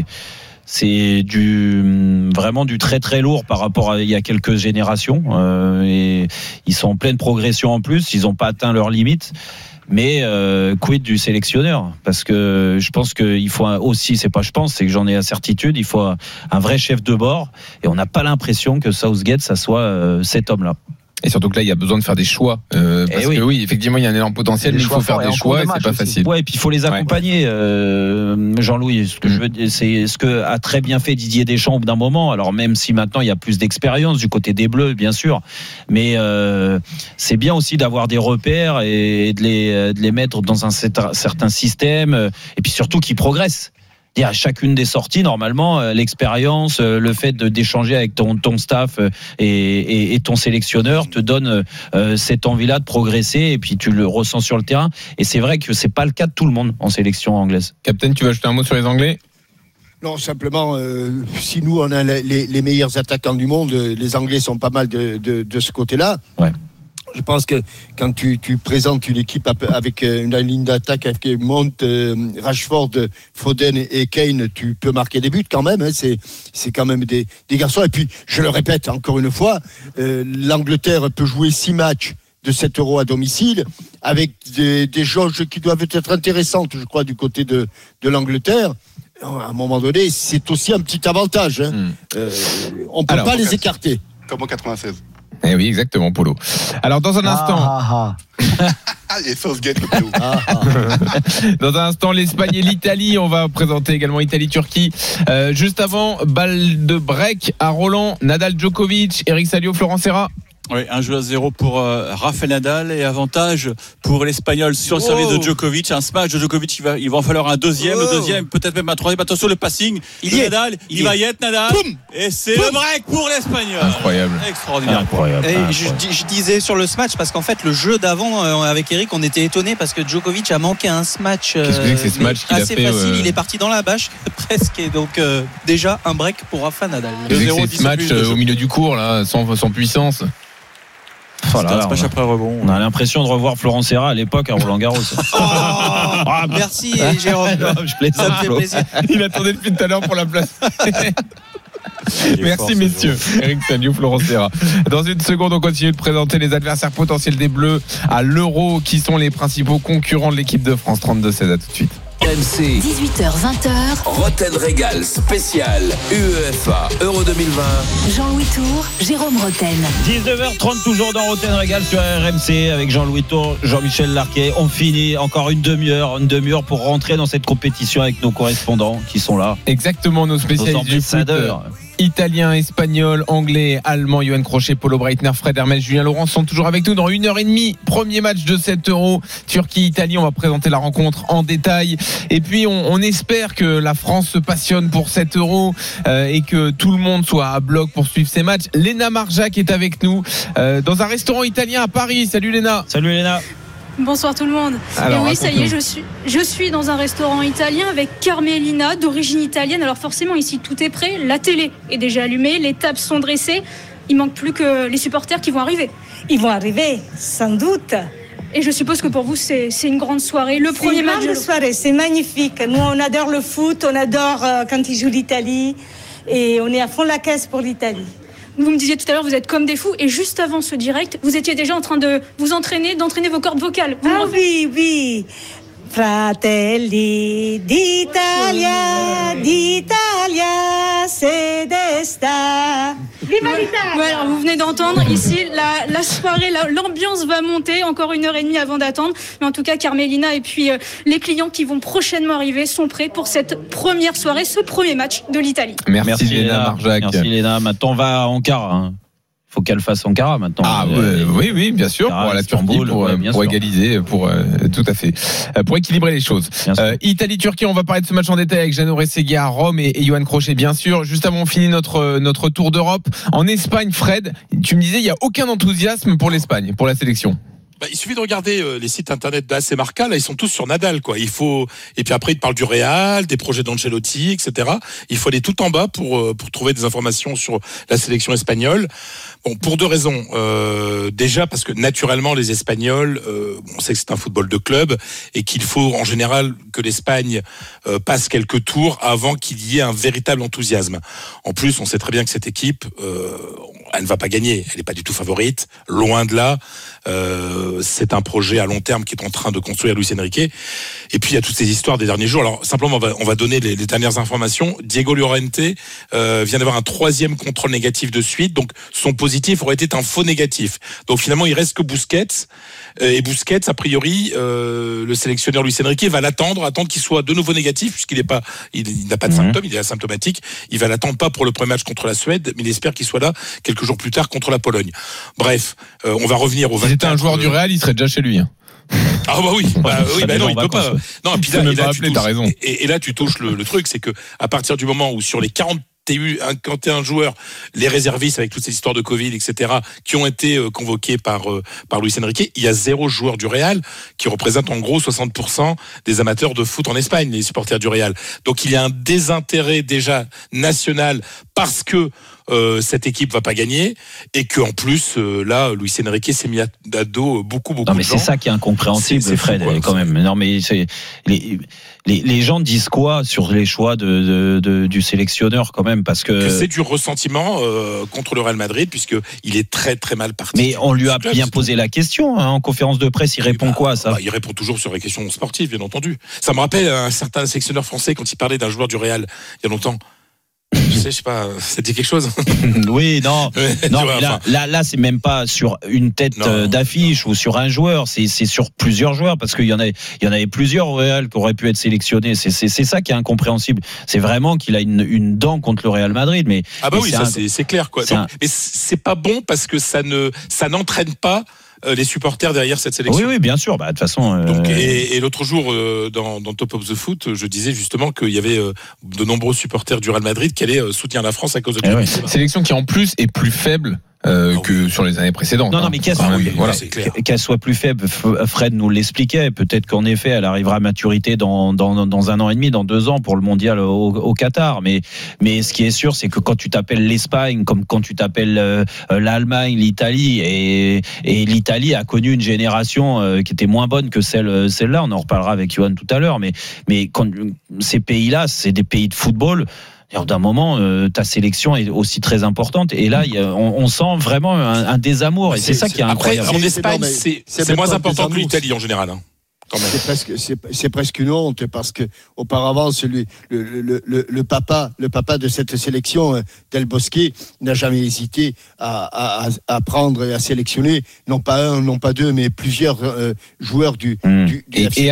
vraiment du très très lourd par rapport à il y a quelques générations, et ils sont en pleine progression en plus. Ils n'ont pas atteint leurs limites. Mais quid du sélectionneur ? Parce que je pense qu'il faut aussi, c'est que j'en ai la certitude, il faut un vrai chef de bord, et on n'a pas l'impression que Southgate, ça soit cet homme-là. Et surtout que là, il y a besoin de faire des choix. Parce que oui, effectivement, il y a un énorme potentiel, mais il faut faire des choix et c'est pas facile. Ouais, et puis il faut les accompagner. Jean-Louis, ce que je veux dire, c'est ce que a très bien fait Didier Deschamps au bout d'un moment. Alors même si maintenant il y a plus d'expérience du côté des Bleus, bien sûr, mais c'est bien aussi d'avoir des repères et de les mettre dans un certain système, et puis surtout qu'ils progressent. À chacune des sorties, normalement, l'expérience, le fait d'échanger avec ton staff et ton sélectionneur te donne cette envie-là de progresser, et puis tu le ressens sur le terrain. Et c'est vrai que c'est pas le cas de tout le monde en sélection anglaise. Captain, tu veux ajouter un mot sur les Anglais ? Non, simplement, si nous, on a les meilleurs attaquants du monde, les Anglais sont pas mal de ce côté-là. Ouais. Je pense que quand tu présentes une équipe avec une ligne d'attaque avec Mount, Rashford, Foden et Kane, tu peux marquer des buts quand même. Hein. C'est quand même des garçons. Et puis, je le répète encore une fois, l'Angleterre peut jouer 6 matchs de 7 € à domicile avec des jauges qui doivent être intéressantes, je crois, du côté de l'Angleterre. À un moment donné, c'est aussi un petit avantage. Hein. On ne peut pas les écarter. Comme en 96. Eh oui, exactement, Polo. Alors, dans un instant. Et sauce guette le Polo. Dans un instant, l'Espagne et l'Italie. On va présenter également Italie-Turquie. Juste avant, balle de break à Roland, Nadal Djokovic, Eric Salio, Florent Serra. Oui, 1-0 pour Rafael Nadal et avantage pour l'Espagnol sur le service de Djokovic. Un smash de Djokovic, il va en falloir un deuxième, peut-être même un troisième. Attention, le passing. Nadal, il va y être Nadal. Boum et c'est le break pour l'Espagnol. Incroyable. Extraordinaire. Incroyable. Et je disais sur le smash, parce qu'en fait, le jeu d'avant, avec Eric, on était étonnés parce que Djokovic a manqué un smash assez facile. Il est parti dans la bâche, presque. Et donc, déjà, un break pour Rafa Nadal. 2-0, ce match au milieu du cours, là, sans puissance. Voilà, on a l'impression de revoir Florent Serra à l'époque à Roland Garros. Merci Jérôme. Je plaisante, ça me fait plaisir. Il attendait depuis tout à l'heure pour la place. Merci messieurs. Eric Salio, Florent Serra. Dans une seconde, on continue de présenter les adversaires potentiels des Bleus à l'Euro, qui sont les principaux concurrents de l'équipe de France. 32-16, à tout de suite. RMC 18h-20h Roten Régal spécial UEFA Euro 2020. Jean-Louis Tour, Jérôme Roten. 19h30 toujours dans Roten Régal sur RMC avec Jean-Louis Tour, Jean-Michel Larquet. On finit encore une demi-heure pour rentrer dans cette compétition avec nos correspondants qui sont là. Exactement, nos spécialistes du foot. Italien, espagnol, anglais, allemand, Johan Crochet, Polo Breitner, Fred Hermel, Julien Laurent sont toujours avec nous dans 1h30. Premier match de 7 €. Turquie-Italie, on va présenter la rencontre en détail. Et puis on espère que la France se passionne pour 7 € et que tout le monde soit à bloc pour suivre ces matchs. Léna Marjac est avec nous dans un restaurant italien à Paris. Salut Léna. Salut Léna. Bonsoir tout le monde. Alors, et oui, ça y est, je suis dans un restaurant italien avec Carmelina, d'origine italienne. Alors forcément, ici, tout est prêt. La télé est déjà allumée, les tables sont dressées. Il manque plus que les supporters qui vont arriver. Ils vont arriver, sans doute. Et je suppose que pour vous, c'est une grande soirée. Le premier match de soirée, c'est magnifique. Nous, on adore le foot, on adore quand ils jouent l'Italie. Et on est à fond de la caisse pour l'Italie. Vous me disiez tout à l'heure, vous êtes comme des fous. Et juste avant ce direct, vous étiez déjà en train de vous entraîner, d'entraîner vos cordes vocales. Oui. Fratelli d'Italia, c'est d'esta. Viva l'Italia! Ouais, alors vous venez d'entendre ici la soirée, l'ambiance va monter. Encore 1h30 avant d'attendre. Mais en tout cas, Carmelina et puis les clients qui vont prochainement arriver sont prêts pour cette première soirée, ce premier match de l'Italie. Merci Léna Marjac. Merci Léna. Maintenant, on va à Ankara. Hein. Faut qu'elle fasse Ankara maintenant. Oui, bien sûr, pour la Turquie, pour égaliser, tout à fait, pour équilibrer les choses. Italie-Turquie, on va parler de ce match en détail avec Jeannot Rességuier à Rome et Johan Crochet, bien sûr. Juste avant, on finit notre tour d'Europe. En Espagne, Fred, tu me disais, il n'y a aucun enthousiasme pour l'Espagne, pour la sélection. Il suffit de regarder les sites internet d'AS Marca, là ils sont tous sur Nadal quoi. Et puis après ils te parlent du Real, des projets d'Ancelotti, etc. Il faut aller tout en bas pour trouver des informations sur la sélection espagnole. Bon, pour deux raisons. Déjà parce que naturellement les Espagnols, on sait que c'est un football de club et qu'il faut en général que l'Espagne passe quelques tours avant qu'il y ait un véritable enthousiasme. En plus, on sait très bien que cette équipe, elle ne va pas gagner. Elle n'est pas du tout favorite, loin de là. C'est un projet à long terme qui est en train de construire Luis Enrique. Et puis il y a toutes ces histoires des derniers jours. Alors simplement on va donner les dernières informations. Diego Llorente vient d'avoir un 3e contrôle négatif de suite. Donc son positif aurait été un faux négatif. Donc finalement il reste que Busquets. Et Busquets, a priori, le sélectionneur Luis Enrique va attendre qu'il soit de nouveau négatif, puisqu'il n'a pas de symptômes, il est asymptomatique. Il va l'attendre pas pour le premier match contre la Suède, mais il espère qu'il soit là quelques jours plus tard contre la Pologne. Bref, on va revenir au 24. Si c'était un joueur du Real, il serait déjà chez lui. Ah bah oui, non, il peut pas. Non, puis là, t'as raison. Et là tu touches le truc, c'est que à partir du moment où sur les 40 quand t'es un joueur, les réservistes avec toutes ces histoires de Covid, etc., qui ont été convoqués par Luis Enrique, il y a 0 joueur du Real qui représente en gros 60% des amateurs de foot en Espagne, les supporters du Real. Donc il y a un désintérêt déjà national parce que cette équipe va pas gagner et que en plus là Luis Enrique s'est mis à dos beaucoup non, mais de gens. C'est ça qui est incompréhensible, c'est Fred, fou, quand même. Non mais les gens disent quoi sur les choix du sélectionneur quand même, parce que c'est du ressentiment contre le Real Madrid, puisque il est très très mal parti. Mais on lui a bien posé la question en conférence de presse. Il répond quoi à ça? Il répond toujours sur les questions sportives, bien entendu. Ça me rappelle un certain sélectionneur français quand il parlait d'un joueur du Real il y a longtemps. Je sais pas, ça dit quelque chose. Oui, non, là, c'est même pas sur une tête d'affiche ou sur un joueur, c'est sur plusieurs joueurs, parce qu'il y en avait plusieurs au Real qui auraient pu être sélectionnés. C'est ça qui est incompréhensible. C'est vraiment qu'il a une dent contre le Real Madrid, mais oui, ça c'est clair quoi. Donc, mais c'est pas bon parce que ça n'entraîne pas les supporters derrière cette sélection. Oui, bien sûr. De toute façon. Donc, et l'autre jour, dans Top of the Foot, je disais justement qu'il y avait de nombreux supporters du Real Madrid qui allaient soutenir la France à cause de sélection qui en plus est plus faible que sur les années précédentes. Non, mais qu'elle soit plus faible, Fred nous l'expliquait. Peut-être qu'en effet, elle arrivera à maturité dans 1 an et demi, dans 2 ans pour le mondial au Qatar. Mais ce qui est sûr, c'est que quand tu t'appelles l'Espagne, comme quand tu t'appelles l'Allemagne, l'Italie, et l'Italie a connu une génération qui était moins bonne que celle-là. On en reparlera avec Johan tout à l'heure. Mais quand ces pays-là, c'est des pays de football. D'un moment, ta sélection est aussi très importante, et là, on sent vraiment un désamour, et c'est ça qui est incroyable. Après, en Espagne, c'est moins important que l'Italie en général. C'est presque une honte, parce que auparavant, le papa de cette sélection, Del Bosque, n'a jamais hésité à prendre et à sélectionner non pas 1, non pas 2, mais plusieurs joueurs et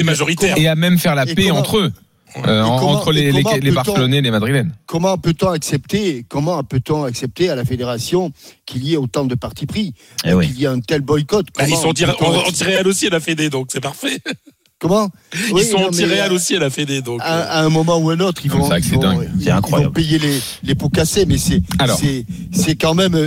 à même faire la paix entre eux. Entre les Barcelonais et les Madrilènes. Comment peut-on accepter à la fédération qu'il y ait autant de partis pris, qu'il y ait un tel boycott? Ils sont anti-Real aussi à la Fédé, donc c'est parfait. Comment? Ils sont anti-Real aussi à la Fédé, donc à un moment ou un autre, ils vont payer les pots cassés, mais c'est quand même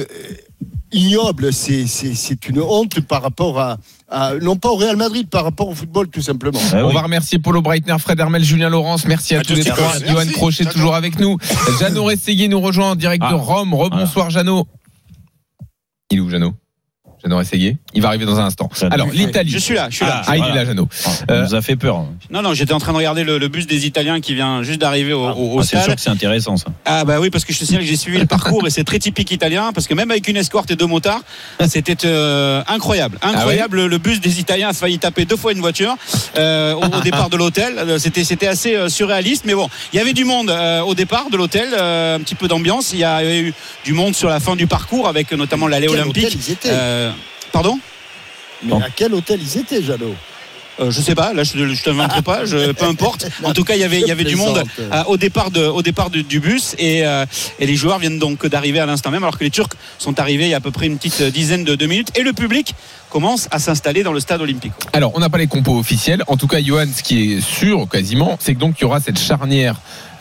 ignoble. C'est une honte par rapport à non pas au Real Madrid, par rapport au football, tout simplement. On va remercier Paulo Breitner, Fred Hermel, Julien Laurence. Merci à tous les trois. Johan Crochet toujours avec nous. Jeannot Rességuier nous rejoint en direct de Rome. Rebonsoir Jeannot. Il est où Jeannot? Jeannot Rességuier. Il va arriver dans un instant. Alors l'Italie. Je suis là. Il est là, Jeannot. Ça nous a fait peur. Non, j'étais en train de regarder le bus des Italiens qui vient juste d'arriver au stade. C'est sûr que c'est intéressant ça. Oui, parce que je te signale que j'ai suivi le parcours et c'est très typique italien, parce que même avec une escorte et 2 motards, c'était incroyable. Le bus des Italiens a failli taper 2 fois une voiture au départ de l'hôtel. C'était assez surréaliste, mais bon, il y avait du monde au départ de l'hôtel, un petit peu d'ambiance. Il y a eu du monde sur la fin du parcours, avec notamment l'allée olympique. Pardon? Mais à quel hôtel ils étaient, Jeannot? Je sais pas, là je t'inventerai pas, peu importe. En tout cas, il y avait du monde au départ du bus, et les joueurs viennent donc d'arriver à l'instant même, alors que les Turcs sont arrivés il y a à peu près une petite dizaine de minutes, et le public commence à s'installer dans le stade olympique. Alors, on n'a pas les compos officiels. En tout cas, Johan, ce qui est sûr quasiment, c'est que donc il y aura cette charnière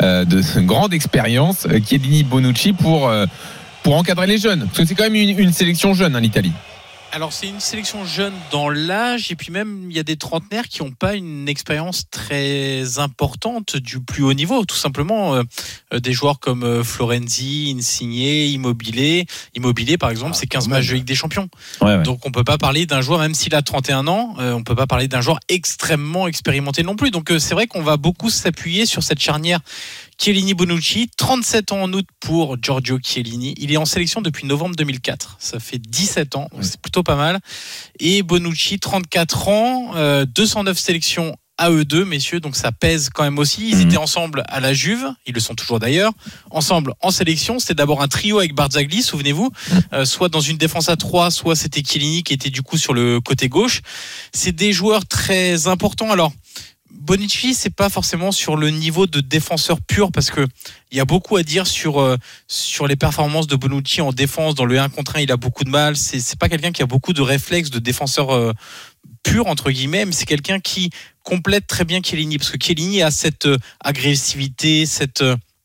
de grande expérience, Chiellini, Bonucci, pour encadrer les jeunes, parce que c'est quand même une sélection jeune, l'Italie. Alors c'est une sélection jeune dans l'âge, et puis même il y a des trentenaires qui n'ont pas une expérience très importante du plus haut niveau, tout simplement des joueurs comme Florenzi, Insigne, Immobilier par exemple, c'est 15 matchs de Ligue des Champions. Donc on peut pas parler d'un joueur, même s'il a 31 ans, on peut pas parler d'un joueur extrêmement expérimenté non plus. Donc c'est vrai qu'on va beaucoup s'appuyer sur cette charnière Chiellini-Bonucci, 37 ans en août pour Giorgio Chiellini. Il est en sélection depuis novembre 2004. Ça fait 17 ans, donc c'est plutôt pas mal. Et Bonucci, 34 ans, 209 sélections à eux deux, messieurs, donc ça pèse quand même aussi. Ils étaient ensemble à la Juve, ils le sont toujours d'ailleurs, ensemble en sélection. C'était d'abord un trio avec Barzagli, souvenez-vous, soit dans une défense à 3, soit c'était Chiellini qui était du coup sur le côté gauche. C'est des joueurs très importants. Alors, Bonucci, c'est pas forcément sur le niveau de défenseur pur, parce que il y a beaucoup à dire sur les performances de Bonucci en défense. Dans le 1 contre 1, il a beaucoup de mal. C'est pas quelqu'un qui a beaucoup de réflexes de défenseur pur entre guillemets, mais c'est quelqu'un qui complète très bien Chiellini, parce que Chiellini a cette agressivité, cette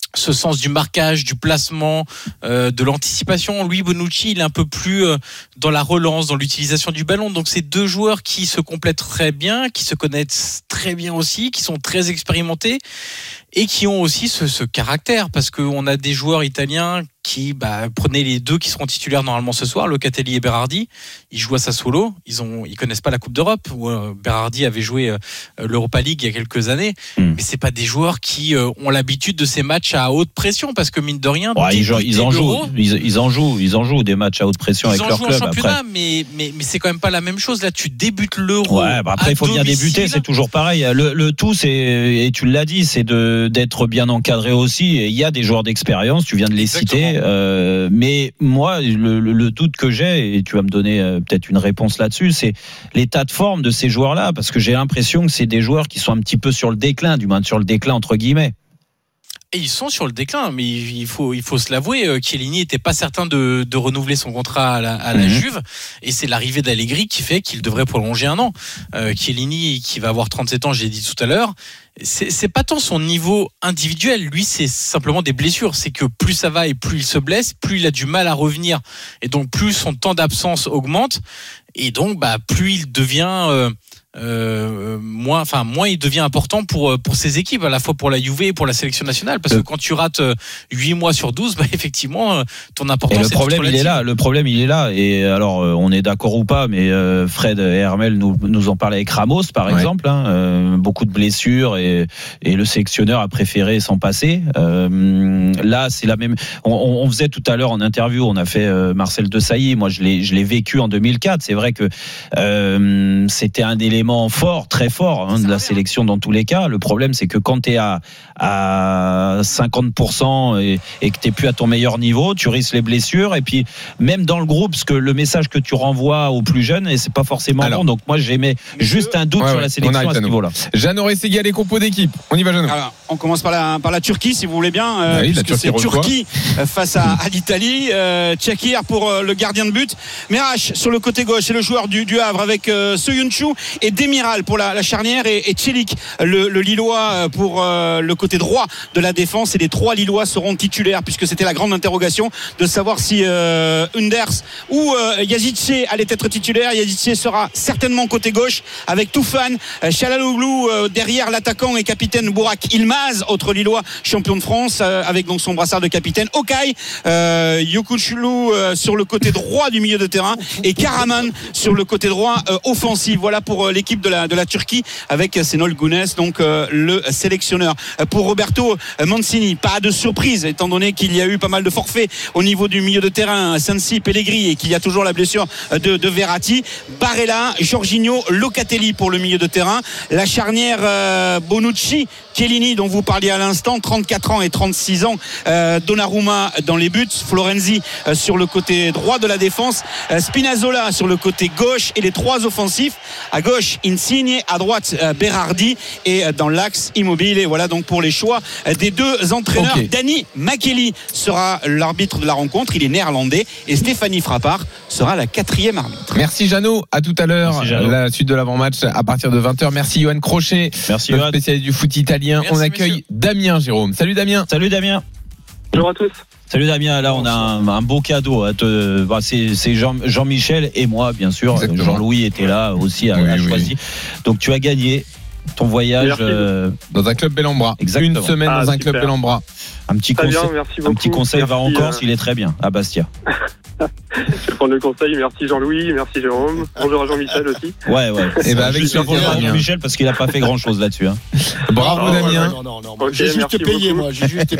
ce sens du marquage, du placement, de l'anticipation. Lui, Bonucci, il est un peu plus dans la relance, dans l'utilisation du ballon. Donc c'est deux joueurs qui se complètent très bien, qui se connaissent très bien aussi, qui sont très expérimentés et qui ont aussi ce caractère, parce qu'on a des joueurs italiens qui prenez les deux qui seront titulaires normalement ce soir, Locatelli et Berardi. Ils jouent à Sassuolo, ils connaissent pas la Coupe d'Europe. Berardi avait joué l'Europa League il y a quelques années, mais c'est pas des joueurs qui ont l'habitude de ces matchs à haute pression, parce que mine de rien, ils en jouent des matchs à haute pression avec leur club. Ils en jouent en championnat, mais c'est quand même pas la même chose. Là, tu débutes l'Euro. Ouais, après il faut bien débuter, c'est toujours pareil. Le tout, c'est, et tu l'as dit, c'est d'être bien encadré aussi. Et il y a des joueurs d'expérience, tu viens de les citer. Mais moi, le doute que j'ai, et tu vas me donner peut-être une réponse là-dessus, c'est l'état de forme de ces joueurs-là, parce que j'ai l'impression que c'est des joueurs qui sont un petit peu sur le déclin, du moins sur le déclin entre guillemets. Et ils sont sur le déclin, mais il faut se l'avouer, Chiellini n'était pas certain de renouveler son contrat à la Juve, et c'est l'arrivée d'Allegri qui fait qu'il devrait prolonger un an. Chiellini, qui va avoir 37 ans, j'ai dit tout à l'heure, c'est pas tant son niveau individuel, lui c'est simplement des blessures, c'est que plus ça va et plus il se blesse, plus il a du mal à revenir, et donc plus son temps d'absence augmente, et donc plus il devient moins il devient important pour ses équipes, à la fois pour la Juve et pour la sélection nationale, parce que quand tu rates 8 mois sur 12, effectivement ton importance est relative. Le problème il est là, et alors on est d'accord ou pas, mais Fred et Hermel nous en parlaient avec Ramos par exemple, beaucoup de blessures, et le sélectionneur a préféré s'en passer. Là c'est la même, on faisait tout à l'heure en interview, on a fait Marcel Desailly, moi je l'ai vécu en 2004, c'est vrai que c'était un élément fort, très fort, de la sélection dans tous les cas. Le problème, c'est que quand tu es à 50% et que tu n'es plus à ton meilleur niveau, tu risques les blessures. Et puis, même dans le groupe, parce que le message que tu renvoies aux plus jeunes, et c'est pas forcément bon. Donc, moi, j'aimais juste un doute sur la sélection à ce niveau-là. Jeannot Rességuier, les compos d'équipe. On y va, Jeannot. Alors, on commence par la Turquie, si vous voulez bien. C'est Turquie face à l'Italie. Tchakir pour le gardien de but. Merash sur le côté gauche, c'est le joueur du Havre avec Soyuncu, et Demiral pour la charnière, et Celik, le Lillois, pour le côté droit de la défense. Et les trois Lillois seront titulaires, puisque c'était la grande interrogation de savoir si Unders ou Yazice allait être titulaire. Yazice sera certainement côté gauche, avec Toufan, Çalhanoğlu derrière l'attaquant et capitaine Burak Yılmaz, autre Lillois champion de France, avec donc son brassard de capitaine. Okay, Yokuchulu sur le côté droit du milieu de terrain, et Karaman sur le côté droit offensif. Voilà pour l'équipe de la Turquie, avec Şenol Güneş, donc le sélectionneur. Pour Roberto Mancini, pas de surprise, étant donné qu'il y a eu pas mal de forfaits au niveau du milieu de terrain, Sensi, Pellegrini, et qu'il y a toujours la blessure de Verratti. Barella, Jorginho, Locatelli pour le milieu de terrain. La charnière Bonucci, Chiellini, dont vous parliez à l'instant, 34 ans et 36 ans. Donnarumma dans les buts, Florenzi sur le côté droit de la défense, Spinazzola sur le côté gauche, et les trois offensifs. À gauche, Insigne, à droite, Berardi, et dans l'axe, Immobile. Et voilà donc pour les choix des deux entraîneurs. Danny Makely sera l'arbitre de la rencontre, il est néerlandais, et Stéphanie Frappard sera la 4e arbitre. Merci Jeannot, à tout à l'heure. La suite de l'avant-match à partir de 20h. Merci Johan Crochet, notre spécialiste du foot italien. On accueille Damien, Jérôme. Salut Damien. Salut Damien. Bonjour à tous. Salut Damien, là on a un beau cadeau. C'est Jean-Michel et moi, bien sûr. Exactement. Jean-Louis était là aussi à choisir. Donc tu as gagné ton voyage dans un club Bellambra. Exactement. Une semaine dans un club Bellambra. Un petit conseil va en Corse, il est très bien, à Bastia. Je vais prendre le conseil. Merci Jean-Louis, merci Jérôme. Bonjour à Jean-Michel aussi. Ouais. Et avec Jean-Michel, parce qu'il n'a pas fait grand-chose là-dessus. Bravo Damien. Non. J'ai juste payé, moi.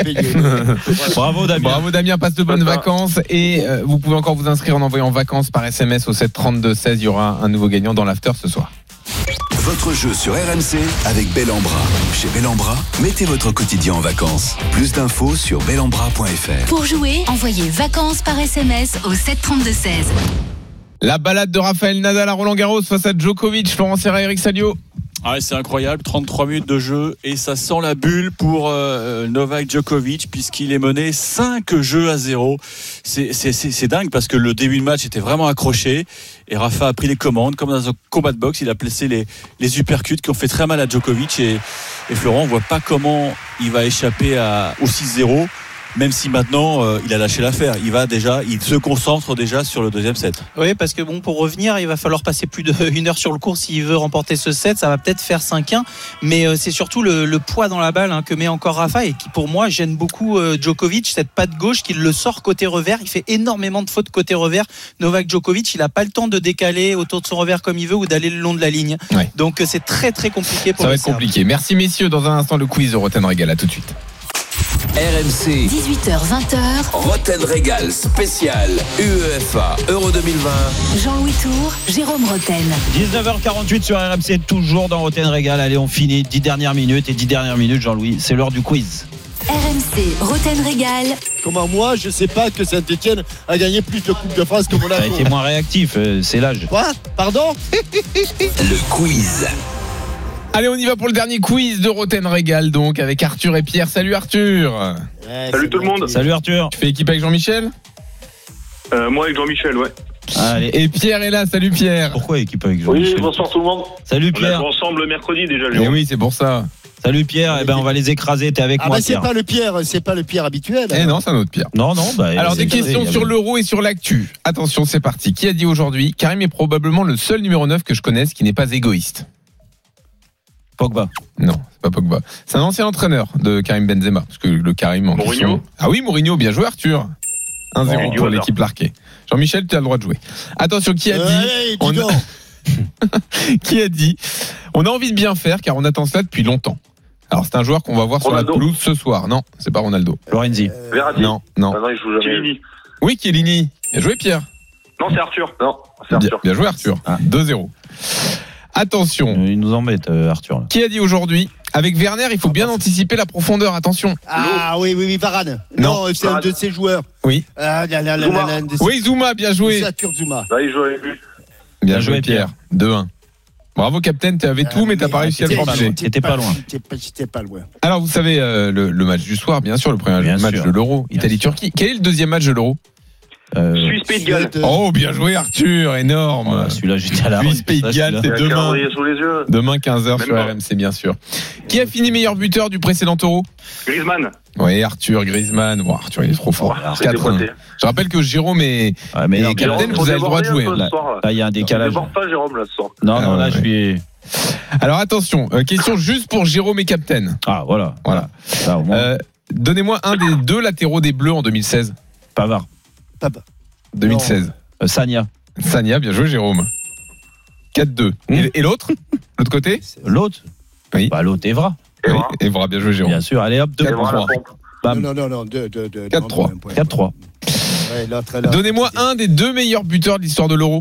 Bravo Damien. Bravo Damien, passe de bonnes vacances. Et vous pouvez encore vous inscrire en envoyant vacances par SMS au 732-16. Il y aura un nouveau gagnant dans l'after ce soir. Votre jeu sur RMC avec Bellambra. Chez Bellambra, mettez votre quotidien en vacances. Plus d'infos sur bellambra.fr. Pour jouer, envoyez vacances par SMS au 732-16. La balade de Rafael Nadal à Roland-Garros face à Djokovic. Florent Serra, Eric Salio. Ouais, c'est incroyable, 33 minutes de jeu et ça sent la bulle pour Novak Djokovic puisqu'il est mené 5-0. C'est dingue parce que le début de match était vraiment accroché et Rafa a pris les commandes comme dans un combat de boxe. Il a placé les uppercuts qui ont fait très mal à Djokovic et Florent, on voit pas comment il va échapper au 6-0. Même si maintenant il a lâché l'affaire, il se concentre déjà sur le deuxième set. Oui, parce que pour revenir, il va falloir passer plus d'1 heure sur le court s'il veut remporter ce set. Ça va peut-être faire 5-1, mais c'est surtout le poids dans la balle que met encore Rafa et qui pour moi gêne beaucoup Djokovic, cette patte gauche qui le sort côté revers. Il fait énormément de fautes côté revers. Novak Djokovic, il n'a pas le temps de décaler autour de son revers comme il veut ou d'aller le long de la ligne. Ouais. Donc c'est très très compliqué pour ça va être compliqué. Merci messieurs, dans un instant le quiz de Roten Régal, à tout de suite. RMC 18h-20h Roten Régal spécial UEFA Euro 2020. Jean-Louis Tour, Jérôme Roten. 19h48 sur RMC, toujours dans Roten Régal. Allez, on finit 10 dernières minutes. Et 10 dernières minutes, Jean-Louis, c'est l'heure du quiz. RMC Roten Régal. Comment moi, je sais pas que Saint-Etienne a gagné plus de Coupe de France que Monaco. Ça a été moins réactif, c'est l'âge. Quoi ? Pardon ? Le quiz. Allez, on y va pour le dernier quiz de Roten Régal, donc avec Arthur et Pierre. Salut Arthur. Ouais, salut tout le monde. Salut Arthur. Tu fais équipe avec Jean-Michel ? Moi avec Jean-Michel, ouais. Allez. Et Pierre est là, salut Pierre. Pourquoi équipe avec Jean-Michel ? Oui, bonsoir tout le monde. Salut Pierre. On est ensemble mercredi déjà. Et oui, c'est pour ça. Salut Pierre, on va les écraser, t'es avec moi Pierre. C'est pas le Pierre habituel. Non, c'est un autre Pierre. Non. Alors des questions sur l'Euro et sur l'actu. Attention, c'est parti. Qui a dit aujourd'hui ? Karim est probablement le seul numéro 9 que je connaisse qui n'est pas égoïste. Pogba. Non, c'est pas Pogba. C'est un ancien entraîneur de Karim Benzema. Parce que le Karim en question. Ah oui, Mourinho, bien joué Arthur. 1-0 pour l'équipe Larquet. Jean-Michel, tu as le droit de jouer. Attention, qui a dit Qui a dit on a envie de bien faire car on attend cela depuis longtemps. Alors c'est un joueur qu'on va voir Ronaldo. Sur la pelouse ce soir. Non, c'est pas Ronaldo. Lorenzi. Verratti. Non. Ah non, il joue jamais. Chiellini. Oui, Chiellini. Bien joué Pierre. Non, c'est Arthur. Non, c'est Arthur. Bien joué Arthur. 2-0. Attention. Il nous embête Arthur. Qui a dit aujourd'hui avec Werner, il faut bien anticiper la profondeur. Attention. Ah oui, Varane. Non, c'est un de ses joueurs. Oui. Zouma. Oui, Zouma, bien joué. C'est Arthur Zouma. Là, il joue avec lui. Bien joué Pierre. 2-1. Bravo capitaine, tu avais tout mais t'as pas réussi à le formuler. T'étais pas loin. J'étais pas loin. Alors vous savez le match du soir, bien sûr, le premier match de l'Euro, Italie-Turquie. Quel est le deuxième match de l'Euro ? Suisse-Pays de Galles. Oh, bien joué Arthur, énorme. Voilà, celui-là, j'étais à la Suisse-Pays de Galles, c'est demain 15h sur RMC, bien sûr. Qui a fini meilleur buteur du précédent Euro ? Griezmann. Oui, Arthur Griezmann. Bon, Arthur, il est trop fort. 4-1. Je rappelle que Jérôme et capitaine, vous avez le droit de jouer. Là, il y a un décalage. Ne pas Jérôme là ce soir. Non, là, je suis. Alors attention, question juste pour Jérôme et capitaine. Ah, voilà. Ça, au moins. Donnez-moi un des deux latéraux des Bleus en 2016. Pavard. 2016. Sagna, bien joué Jérôme. 4-2. Et l'autre ? L'autre côté ? L'autre ? Oui. L'autre, Evra. Oui, Evra, bien joué Jérôme. Bien sûr, allez hop, 4-3. Non, 4-3. Donnez-moi un des deux meilleurs buteurs de l'histoire de l'Euro.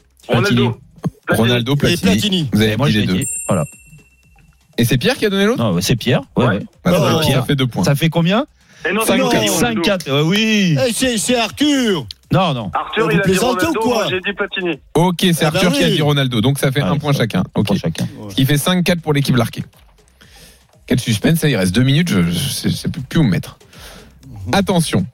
Ronaldo, Platini. Vous avez pris les deux. Voilà. Et c'est Pierre qui a donné l'autre ? Non, c'est Pierre. Ouais. Pierre, ça fait 2 points. Ça fait combien ? 5-4. Oui. C'est Arthur. Non. Arthur, il a dit Ronaldo, moi j'ai dit Platini. Ok, c'est Arthur qui a dit Ronaldo, donc ça fait 1 point chacun. Ok. Ce qui fait 5-4 pour l'équipe Larquet. Quel suspense, ça, il reste 2 minutes, je sais plus où me mettre. Attention.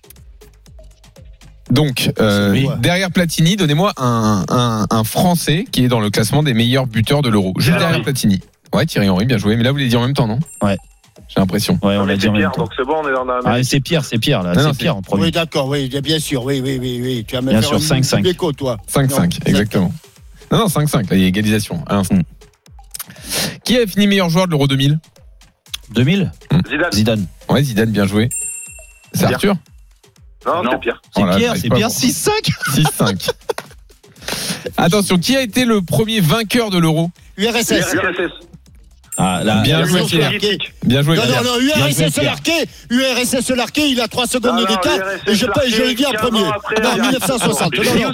Donc, derrière Platini, donnez-moi un Français qui est dans le classement des meilleurs buteurs de l'Euro. Juste derrière Platini. Ouais, Thierry Henry, bien joué. Mais là, vous l'avez dit en même temps, non ? Ouais. J'ai l'impression. Ouais, on l'a dit en même temps. Donc c'est bon, on est dans la. Ah, c'est Pierre là. C'est Pierre en premier. Oui, d'accord, oui, bien sûr, oui. Tu as même bien sûr, 5-5. Toi. 5-5, exactement. Non, 5-5, là, il y a égalisation à l'instant. Qui a fini meilleur joueur de l'Euro 2000 ? 2000 ? Zidane. Ouais, Zidane, bien joué. C'est Arthur ? Non, c'est Pierre. C'est Pierre, 6-5. 6-5. Attention, qui a été le premier vainqueur de l'Euro ? URSS. Ah, là, bien joué, Pierre. Bien joué, Pierre. Non, URSS Larquet, il a 3 secondes d'écart. Et je l'ai dit en premier. Non, 1960.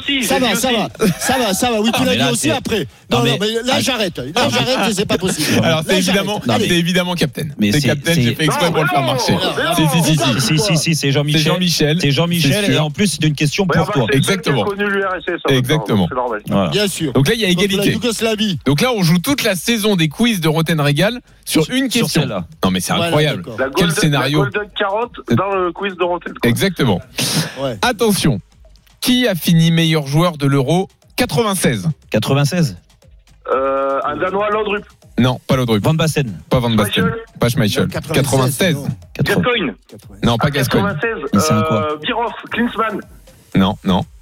Ça va. Oui, tu l'as dit aussi après. Non, mais là, j'arrête. C'est pas possible. Alors, c'est évidemment Captain. C'est Captain, j'ai fait exprès pour le faire marcher. Si, c'est Jean-Michel. C'est Jean-Michel, et en plus, c'est une question pour toi. Exactement. Exactement. Bien sûr. Donc là, il y a égalité. Donc là, on joue toute la saison des quiz de Roten Régal sur une question. Non, mais c'est incroyable. Quel scénario. La Golden Carotte dans le quiz de Roten. Exactement. Attention. Qui a fini meilleur joueur de l'Euro 96? 96. Un Danois, Laudrup. Non, pas Laudrup. Van Basten. Pas Van Basten. Pas Schmeichel. 96. Gascoigne. Non, pas Gascoigne. 96. Birov, Klinsmann. Non.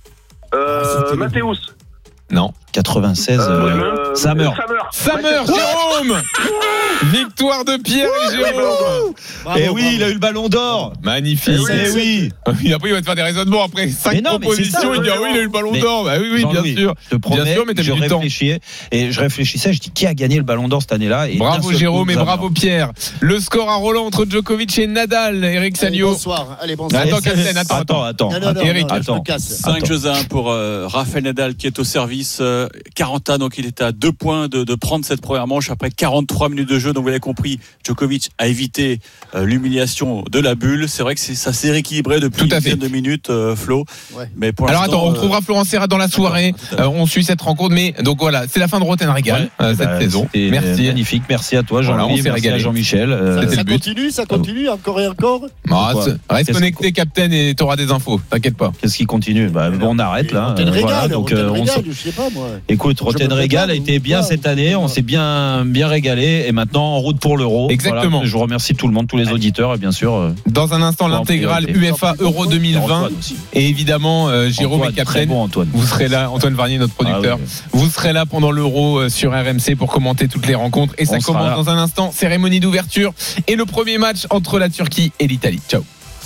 Mathéus. Non. 96. Sammer, Jérôme. Victoire de Pierre et Jérôme. Et oui, il a eu le ballon d'or. Magnifique. Et oui. Après, il va te faire des raisonnements après 5 propositions. Il dit oui, il a eu le ballon d'or. Bah oui, bien sûr. Je te promets, je réfléchissais. Je dis qui a gagné le ballon d'or cette année-là. Bravo Jérôme et bravo Pierre. Le score à Roland entre Djokovic et Nadal. Eric Salio. Bonsoir. Allez, bonsoir. Attends. Eric, 5-1 pour Rafael Nadal qui est au service. 40 ans, donc il était à 2 points de prendre cette première manche après 43 minutes de jeu. Donc vous l'avez compris, Djokovic a évité l'humiliation de la bulle. C'est vrai que ça s'est rééquilibré depuis une dizaine de minutes, Flo. Ouais. Mais pour alors attends, on retrouvera Florent Serra dans la soirée. On suit cette rencontre, mais donc voilà, c'est la fin de Roten Régal cette saison. Merci, magnifique. Merci à toi, Jean-Louis. Merci à Jean-Michel. Ça continue, encore et encore. Reste connecté, Captain, et t'auras des infos. T'inquiète pas. Qu'est-ce qui continue? On arrête là. Roten Régal, je sais pas moi. Écoute, Roten Régal a été bien cette année, on s'est bien régalé et maintenant en route pour l'Euro. Exactement. Voilà, je vous remercie tout le monde, tous les auditeurs et bien sûr. Dans un instant l'intégrale UEFA Euro 2020 et évidemment Jérôme et Captain. Bon, Antoine. Vous serez là, Antoine Varnier, notre producteur. Vous serez là pendant l'Euro sur RMC pour commenter toutes les rencontres et ça commence dans un instant. Cérémonie d'ouverture et le premier match entre la Turquie et l'Italie. Ciao.